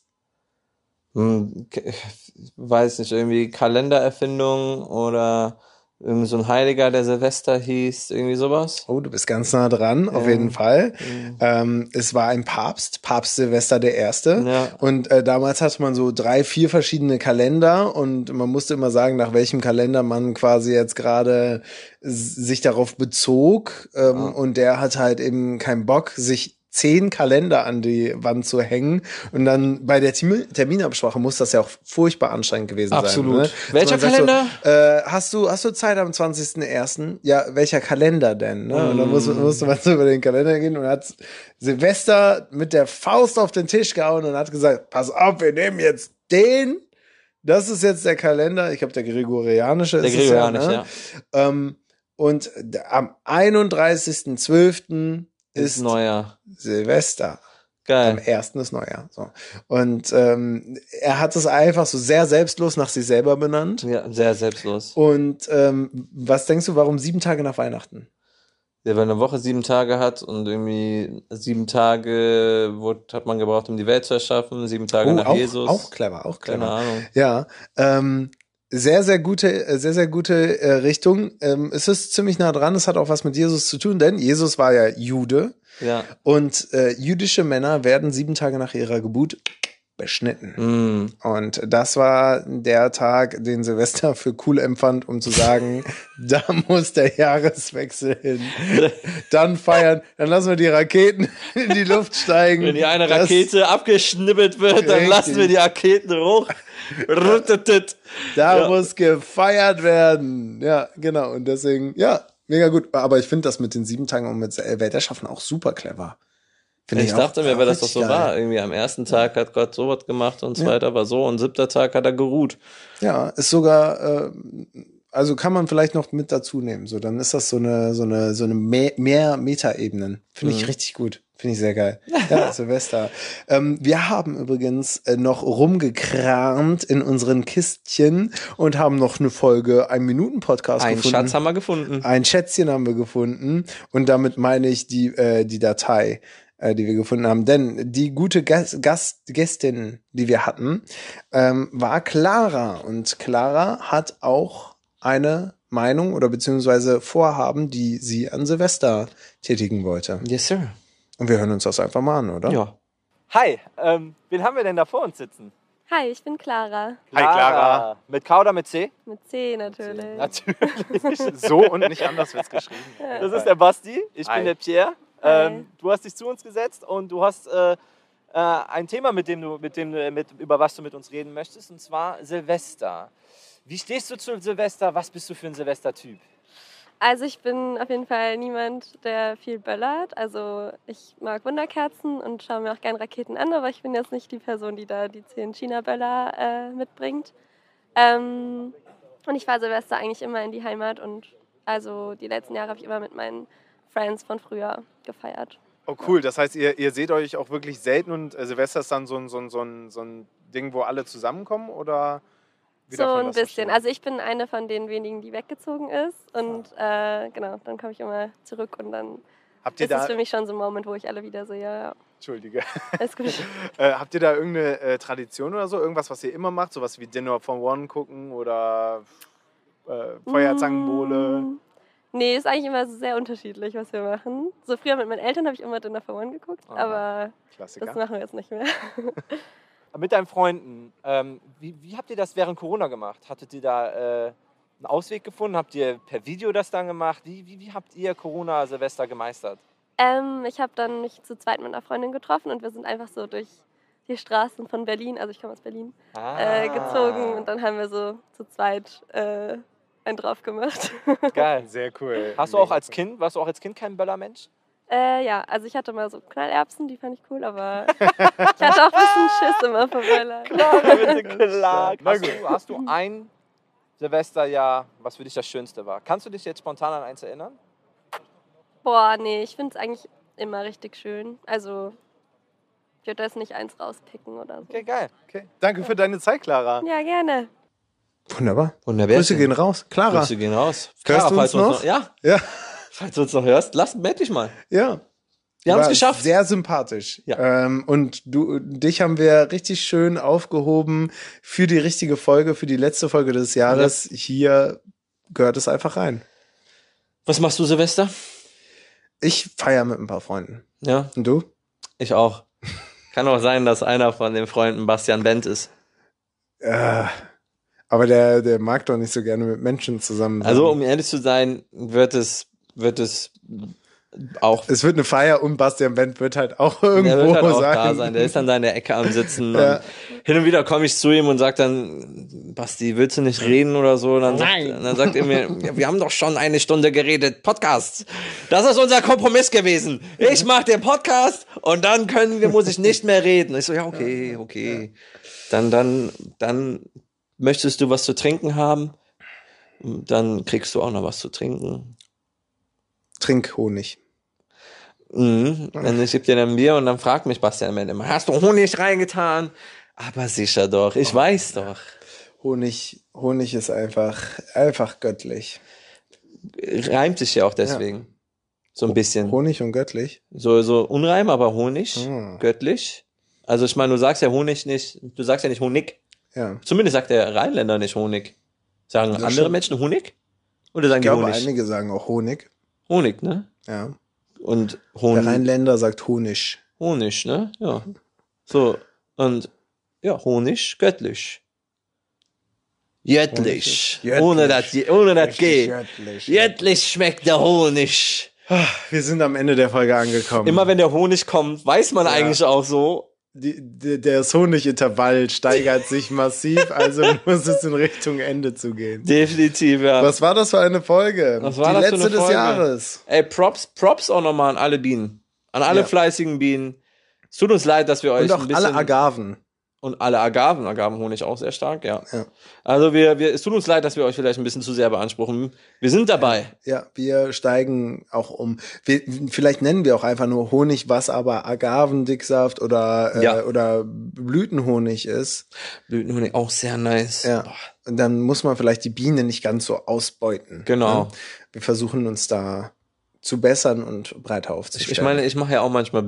Weiß nicht, irgendwie Kalendererfindung oder irgendwie so ein Heiliger, der Silvester hieß, irgendwie sowas. Oh, du bist ganz nah dran, auf jeden Fall. Es war ein Papst Silvester der Erste. Ja. Und damals hatte man so 3, 4 verschiedene Kalender und man musste immer sagen, nach welchem Kalender man quasi jetzt gerade sich darauf bezog. Und der hat halt eben keinen Bock, sich 10 Kalender an die Wand zu hängen. Und dann bei der Terminabsprache muss das ja auch furchtbar anstrengend gewesen Absolut. sein. Ne? Welcher Dass man sagt Kalender? So, hast du Zeit am 20.01.? Ja, welcher Kalender denn? Ne? Und dann musste man so über den Kalender gehen und hat Silvester mit der Faust auf den Tisch gehauen und hat gesagt, pass auf, wir nehmen jetzt den. Das ist jetzt der Kalender. Ich glaube, der gregorianische Der ist Gregorianisch, es ja. Ne? Und am 31.12. ist Neujahr. Silvester. Am Geil. 1. ist Neujahr. So. Und er hat es einfach so sehr selbstlos nach sich selber benannt. Ja, sehr selbstlos. Und was denkst du, warum 7 Tage nach Weihnachten? Ja, weil eine Woche 7 Tage hat und irgendwie 7 Tage hat man gebraucht, um die Welt zu erschaffen, 7 Tage nach Jesus. Auch clever, auch clever. Keine Ahnung. Ja, sehr, sehr gute Richtung. Es ist ziemlich nah dran, es hat auch was mit Jesus zu tun, denn Jesus war ja Jude. Ja. Und jüdische Männer werden 7 Tage nach ihrer Geburt beschnitten. Und das war der Tag, den Silvester für cool empfand, um zu sagen, da muss der Jahreswechsel hin. Dann feiern, dann lassen wir die Raketen in die Luft steigen. Wenn die eine Rakete abgeschnippelt wird, dann Richtig. lassen wir die Raketen hoch. Da muss gefeiert werden. Ja, genau. Und deswegen, ja, mega gut. Aber ich finde das mit den 7 Tagen und mit Welterschaffen auch super clever. Find Ich auch dachte mir, weil das doch richtig so geil. war. Irgendwie am ersten Tag hat Gott sowas gemacht und zweiter war so und 7. Tag hat er geruht. Ja, ist sogar, also kann man vielleicht noch mit dazu nehmen. So, dann ist das so eine mehr Metaebenen. Finde ich richtig gut. Finde ich sehr geil. Ja, Silvester. Wir haben übrigens noch rumgekramt in unseren Kistchen und haben noch eine Folge, einen Minuten-Podcast Einen gefunden. Schatz haben wir gefunden. Ein Schätzchen haben wir gefunden. Und damit meine ich die Datei, die wir gefunden haben. Denn die gute Gästin, die wir hatten, war Clara. Und Clara hat auch eine Meinung oder beziehungsweise Vorhaben, die sie an Silvester tätigen wollte. Yes, sir. Und wir hören uns das einfach mal an, oder? Ja. Hi, wen haben wir denn da vor uns sitzen? Hi, ich bin Clara. Hi, Clara. Mit K oder mit C? Mit C natürlich. Natürlich. So und nicht anders wird's geschrieben. Das ist der Basti, ich Hi. bin der Pierre. Hi. Du hast dich zu uns gesetzt und du hast ein Thema, über was du mit uns reden möchtest, und zwar Silvester. Wie stehst du zu Silvester? Was bist du für ein Silvester-Typ? Also ich bin auf jeden Fall niemand, der viel böllert. Also ich mag Wunderkerzen und schaue mir auch gerne Raketen an, aber ich bin jetzt nicht die Person, die da die 10 China-Böller mitbringt. Und ich fahre Silvester eigentlich immer in die Heimat und also die letzten Jahre habe ich immer mit meinen Friends von früher gefeiert. Oh cool, das heißt, ihr seht euch auch wirklich selten und Silvester ist dann so ein Ding, wo alle zusammenkommen oder wie So darf man ein das bisschen. verstehen? Also ich bin eine von den wenigen, die weggezogen ist und genau, dann komme ich immer zurück und dann Habt ihr ist es da, für mich schon so ein Moment, wo ich alle wieder sehe. Ja, Entschuldige, alles gut. habt ihr da irgendeine Tradition oder so, irgendwas, was ihr immer macht, sowas wie Dinner for One gucken oder Feuerzangenbowle? Nee, ist eigentlich immer sehr unterschiedlich, was wir machen. So früher mit meinen Eltern habe ich immer Dinner for One geguckt, Aha. aber Klassiker. das machen wir jetzt nicht mehr. Mit deinen Freunden, wie habt ihr das während Corona gemacht? Hattet ihr da einen Ausweg gefunden? Habt ihr per Video das dann gemacht? Wie habt ihr Corona-Silvester gemeistert? Ich habe dann mich zu zweit mit einer Freundin getroffen und wir sind einfach so durch die Straßen von Berlin, also ich komme aus Berlin, gezogen und dann haben wir so zu zweit einen drauf gemacht. Geil. Sehr cool. Warst du auch als Kind kein Böllermensch? Ja, also ich hatte mal so Knallerbsen, die fand ich cool, aber ich hatte auch ein bisschen Schiss immer vor Böllern. Klar. Hast du ein Silvesterjahr, was für dich das Schönste war? Kannst du dich jetzt spontan an eins erinnern? Boah, nee, ich finde es eigentlich immer richtig schön. Also ich würde jetzt nicht eins rauspicken oder so. Okay, geil. Okay. Danke für deine Zeit, Clara. Ja, gerne. Wunderbar. Wunderbar. Grüße gehen raus. Clara. Grüße gehen raus. Hörst du uns falls noch? Ja, Ja, falls du uns noch hörst, meld dich mal. ja. Wir haben es War geschafft. Sehr sympathisch. Ja. Und dich haben wir richtig schön aufgehoben für die richtige Folge, für die letzte Folge des Jahres. Hier gehört es einfach rein. Was machst du, Silvester? Ich feiere mit ein paar Freunden. Ja, Und du? ich auch. Kann auch sein, dass einer von den Freunden Bastian Wendt ist. Aber der mag doch nicht so gerne mit Menschen zusammen sein. Also, um ehrlich zu sein, wird es auch. Es wird eine Feier und Bastian Wendt wird halt auch Der irgendwo wird halt auch sein. da sein. Der ist dann da in der Ecke am Sitzen. Ja. Und hin und wieder komme ich zu ihm und sage dann, Basti, willst du nicht reden oder so? Und dann sagt er mir, ja, wir haben doch schon eine Stunde geredet. Podcast. Das ist unser Kompromiss gewesen. Ich mache den Podcast und dann muss ich nicht mehr reden. Ich so, ja, okay. Dann möchtest du was zu trinken haben? Dann kriegst du auch noch was zu trinken. Trink Honig. Und ich gebe dir dann ein Bier und dann fragt mich Bastian immer, hast du Honig reingetan? Aber sicher doch, ich weiß doch. Honig ist einfach göttlich. Reimt sich ja auch deswegen. So ein bisschen. Honig und göttlich. So Unreim, aber Honig, Ah. göttlich. Also ich meine, du sagst ja Honig nicht, du sagst ja nicht Honig. Ja. Zumindest sagt der Rheinländer nicht Honig. Sagen Das andere stimmt. Menschen Honig? Oder sagen Ich die glaube, Honig? einige sagen auch Honig. Honig, ne? Ja. Und Der Honig. Rheinländer sagt Honig. Honig, ne? Ja. So, und ja, Honig, göttlich. Jöttlich. Jöttlich. Ohne das G. Göttlich. Jöttlich schmeckt der Honig. Wir sind am Ende der Folge angekommen. Immer wenn der Honig kommt, weiß man eigentlich auch so, Das Honigintervall steigert sich massiv, also muss es in Richtung Ende zu gehen. definitiv, ja. Was war das für eine Folge? Was war Die das für letzte eine des Folge? Jahres. Ey, Props auch nochmal an alle Bienen. An alle Ja. fleißigen Bienen. Es tut uns leid, dass wir euch Und auch ein bisschen... alle Agaven. Und alle Agaven. Agavenhonig auch sehr stark, ja. Ja. Also es tut uns leid, dass wir euch vielleicht ein bisschen zu sehr beanspruchen. Wir sind dabei. Ja, wir steigen auch um. Vielleicht nennen wir auch einfach nur Honig, was aber Agavendicksaft oder Blütenhonig ist. Blütenhonig auch sehr nice. Ja. Boah. Und dann muss man vielleicht die Biene nicht ganz so ausbeuten. Genau. Ne? Wir versuchen uns da zu bessern und breiter aufzustellen. Ich meine, ich mache ja auch manchmal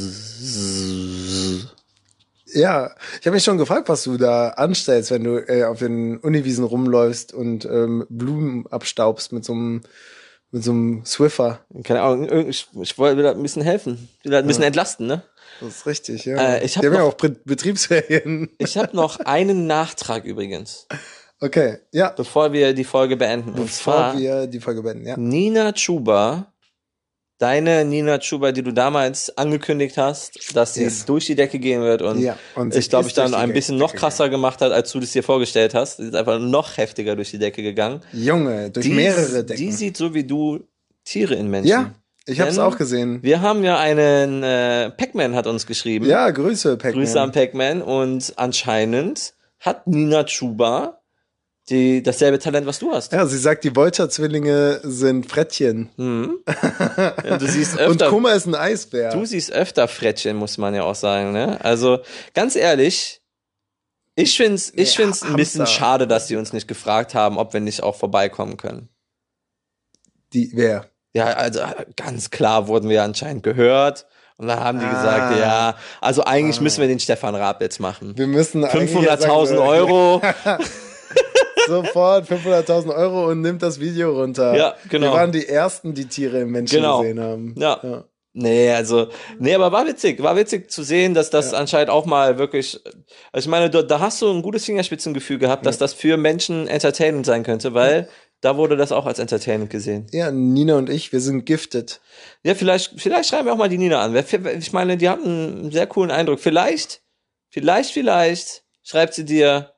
bzzz. Ja, ich habe mich schon gefragt, was du da anstellst, wenn du auf den Uniwiesen rumläufst und Blumen abstaubst mit so einem Swiffer. Keine Ahnung, ich wollte wieder ein bisschen helfen. Wieder ein bisschen entlasten, ne? Das ist richtig, ja. Ich Die habe haben ja noch, auch Betriebsferien. ich hab noch einen Nachtrag übrigens, Okay, ja. bevor wir die Folge beenden. Und zwar Bevor wir die Folge beenden, ja. Nina Chuba, deine Nina Chuba, die du damals angekündigt hast, dass sie Yes. durch die Decke gehen wird und Ja, und sie ich glaube, ist ich dann durch die ein bisschen noch Decke krasser gemacht hat, als du das dir vorgestellt hast. Sie ist einfach noch heftiger durch die Decke gegangen. Junge, durch mehrere Decken. Die sieht so wie du Tiere in Menschen. Ja, ich habe es Denn auch gesehen. Wir haben ja einen Pac-Man hat uns geschrieben. Ja, Grüße, Pac-Man. Grüße an Pac-Man und anscheinend hat Nina Chuba dasselbe Talent, was du hast. Ja, sie sagt, die Volta-Zwillinge sind Frettchen. Mhm. Ja, du siehst Und öfter, Kummer ist ein Eisbär. du siehst öfter Frettchen, muss man ja auch sagen. Ne? Also ganz ehrlich, ich find's ein bisschen Hamster. schade, dass die uns nicht gefragt haben, ob wir nicht auch vorbeikommen können. Wer? Ja, also ganz klar wurden wir anscheinend gehört. Und dann haben die gesagt, ja, also eigentlich müssen wir den Stefan Raab jetzt machen. Wir müssen eigentlich 500.000 sagen, Euro. sofort 500.000 Euro und nimmt das Video runter. Ja, genau. Wir waren die Ersten, die Tiere im Menschen Genau. gesehen haben. Ja. Nee, aber war witzig zu sehen, dass das anscheinend auch mal wirklich, also ich meine, da hast du ein gutes Fingerspitzengefühl gehabt, dass das für Menschen entertainend sein könnte, weil da wurde das auch als entertainend gesehen. Ja, Nina und ich, wir sind gifted. Ja, vielleicht schreiben wir auch mal die Nina an. Ich meine, die hat einen sehr coolen Eindruck. Vielleicht schreibt sie dir,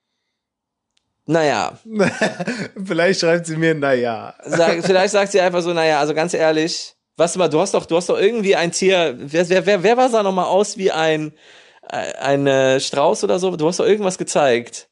naja. Vielleicht schreibt sie mir, naja. Vielleicht sagt sie einfach so, naja, also ganz ehrlich, was mal, du hast doch irgendwie ein Tier, wer sah nochmal aus wie ein Strauß oder so? Du hast doch irgendwas gezeigt.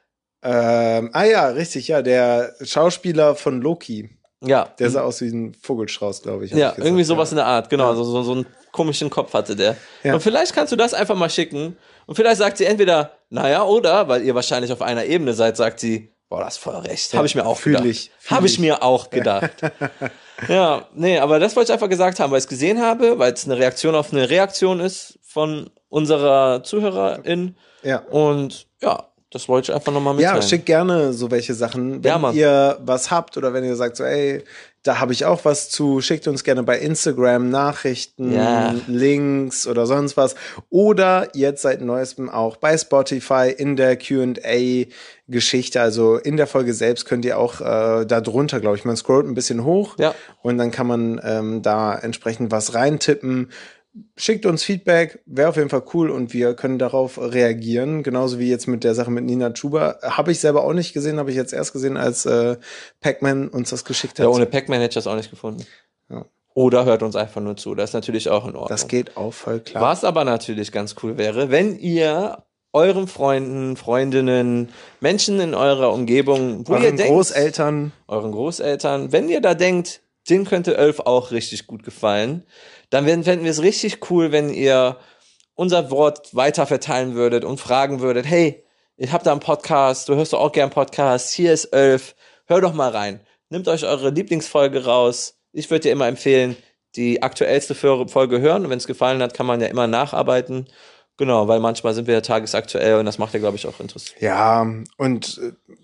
Ja, richtig, ja, der Schauspieler von Loki. Ja. Der sah aus wie ein Vogelstrauß, glaube ich. Ja, irgendwie sowas in der Art, genau. Ja. So einen komischen Kopf hatte der. Ja. Und vielleicht kannst du das einfach mal schicken. Und vielleicht sagt sie entweder, naja, oder, weil ihr wahrscheinlich auf einer Ebene seid, sagt sie, boah, das ist voll recht. Habe ich mir auch gedacht. Habe ich mir auch gedacht. Ja, nee, aber das wollte ich einfach gesagt haben, weil ich es gesehen habe, weil es eine Reaktion auf eine Reaktion ist von unserer Zuhörerin. Ja. Und ja, das wollte ich einfach nochmal mitteilen. Ja, schickt gerne so welche Sachen. Wenn ihr was habt oder wenn ihr sagt so, ey, da habe ich auch was zu, schickt uns gerne bei Instagram Nachrichten, Links oder sonst was. Oder jetzt seit Neuestem auch bei Spotify in der Q&A-Geschichte. Also in der Folge selbst könnt ihr auch da drunter, glaube ich, man scrollt ein bisschen hoch und dann kann man da entsprechend was reintippen. Schickt uns Feedback, wäre auf jeden Fall cool und wir können darauf reagieren. Genauso wie jetzt mit der Sache mit Nina Chuba. Habe ich selber auch nicht gesehen, habe ich jetzt erst gesehen, als Pac-Man uns das geschickt hat. Ja, ohne Pac-Man hätte ich das auch nicht gefunden. Ja. Oder hört uns einfach nur zu, das ist natürlich auch in Ordnung. Das geht auch voll klar. Was aber natürlich ganz cool wäre, wenn ihr euren Freunden, Freundinnen, Menschen in eurer Umgebung, wo ihr denkt, euren Großeltern, wenn ihr da denkt, denen könnte Ölf auch richtig gut gefallen, dann fänden wir es richtig cool, wenn ihr unser Wort weiter verteilen würdet und fragen würdet, hey, ich hab da einen Podcast, du hörst doch auch gern Podcasts, hier ist Ölf, hör doch mal rein. Nehmt euch eure Lieblingsfolge raus. Ich würde dir immer empfehlen, die aktuellste Folge hören. Und wenn es gefallen hat, kann man ja immer nacharbeiten. Genau, weil manchmal sind wir ja tagesaktuell und das macht ja, glaube ich, auch interessant. Ja, und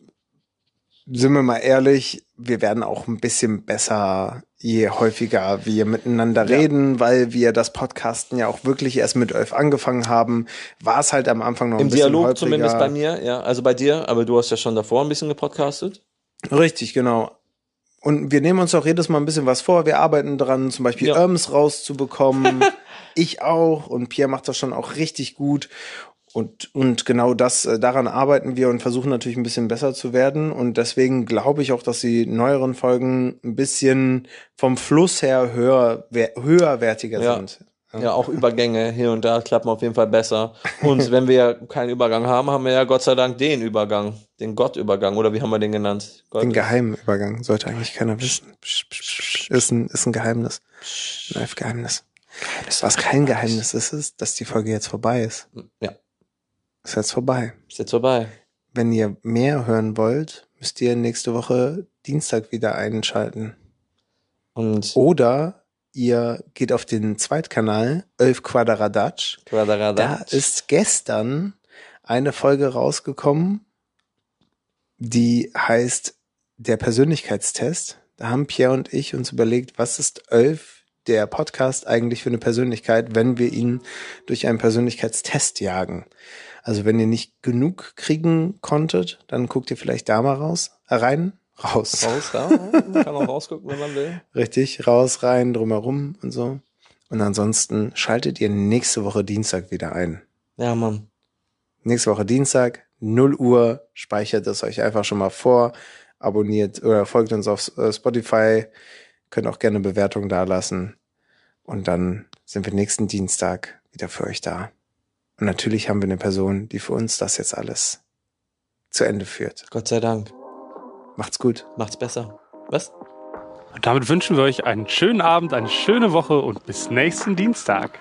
sind wir mal ehrlich, wir werden auch ein bisschen besser, je häufiger wir miteinander reden, weil wir das Podcasten ja auch wirklich erst mit Ölf angefangen haben, war es halt am Anfang noch ein bisschen Im Dialog holpriger. Zumindest bei mir, ja, also bei dir, aber du hast ja schon davor ein bisschen gepodcastet. Richtig, genau. Und wir nehmen uns auch jedes Mal ein bisschen was vor, wir arbeiten dran, zum Beispiel Irms rauszubekommen, ich auch und Pierre macht das schon auch richtig gut. Und genau das, daran arbeiten wir und versuchen natürlich ein bisschen besser zu werden. Und deswegen glaube ich auch, dass die neueren Folgen ein bisschen vom Fluss her höherwertiger sind. Ja, auch Übergänge hier und da klappen auf jeden Fall besser. Und wenn wir keinen Übergang haben, haben wir ja Gott sei Dank den Übergang, den Gottübergang, oder wie haben wir den genannt? Den geheimen Übergang, sollte eigentlich keiner wissen. Ist ein Geheimnis. Ein Live-Geheimnis. Was kein Geheimnis ist, dass die Folge jetzt vorbei ist. Ja. Ist jetzt vorbei. Ist jetzt vorbei. Wenn ihr mehr hören wollt, müsst ihr nächste Woche Dienstag wieder einschalten. Oder ihr geht auf den Zweitkanal, Ölf Quadaradatsch. Da ist gestern eine Folge rausgekommen, die heißt Der Persönlichkeitstest. Da haben Pierre und ich uns überlegt, was ist Ölf, der Podcast, eigentlich für eine Persönlichkeit, wenn wir ihn durch einen Persönlichkeitstest jagen. Also wenn ihr nicht genug kriegen konntet, dann guckt ihr vielleicht da mal rein. Raus, ja. Man kann auch rausgucken, wenn man will. Richtig, raus, rein, drumherum und so. Und ansonsten schaltet ihr nächste Woche Dienstag wieder ein. Ja, Mann. Nächste Woche Dienstag, 0 Uhr, speichert es euch einfach schon mal vor, abonniert oder folgt uns auf Spotify, könnt auch gerne Bewertungen dalassen. Und dann sind wir nächsten Dienstag wieder für euch da. Und natürlich haben wir eine Person, die für uns das jetzt alles zu Ende führt. Gott sei Dank. Macht's gut. Macht's besser. Was? Und damit wünschen wir euch einen schönen Abend, eine schöne Woche und bis nächsten Dienstag.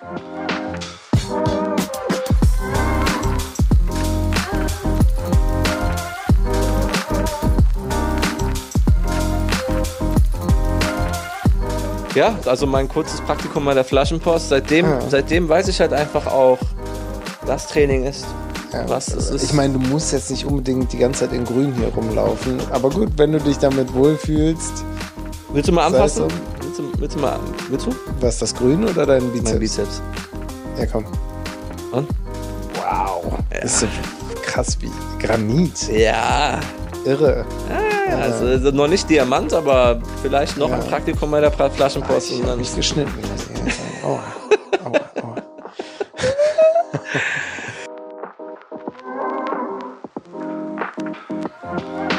Ja, also mein kurzes Praktikum bei der Flaschenpost. Seitdem weiß ich halt einfach auch, das Training ist Ja. Was es ist. Ich meine, du musst jetzt nicht unbedingt die ganze Zeit in grün hier rumlaufen. Aber gut, wenn du dich damit wohlfühlst. Willst du mal sei es anfassen? so. Willst du? Was, das Grün oder dein Bizeps? Mein Bizeps. Ja, komm. Und? Wow. Ja. Das ist so krass wie Granit. Ja. Irre. Also noch nicht Diamant, aber vielleicht noch Ja. ein Praktikum bei der Flaschenpost. Ich und hab dann mich geschnitten. Aua. Aua. Aua.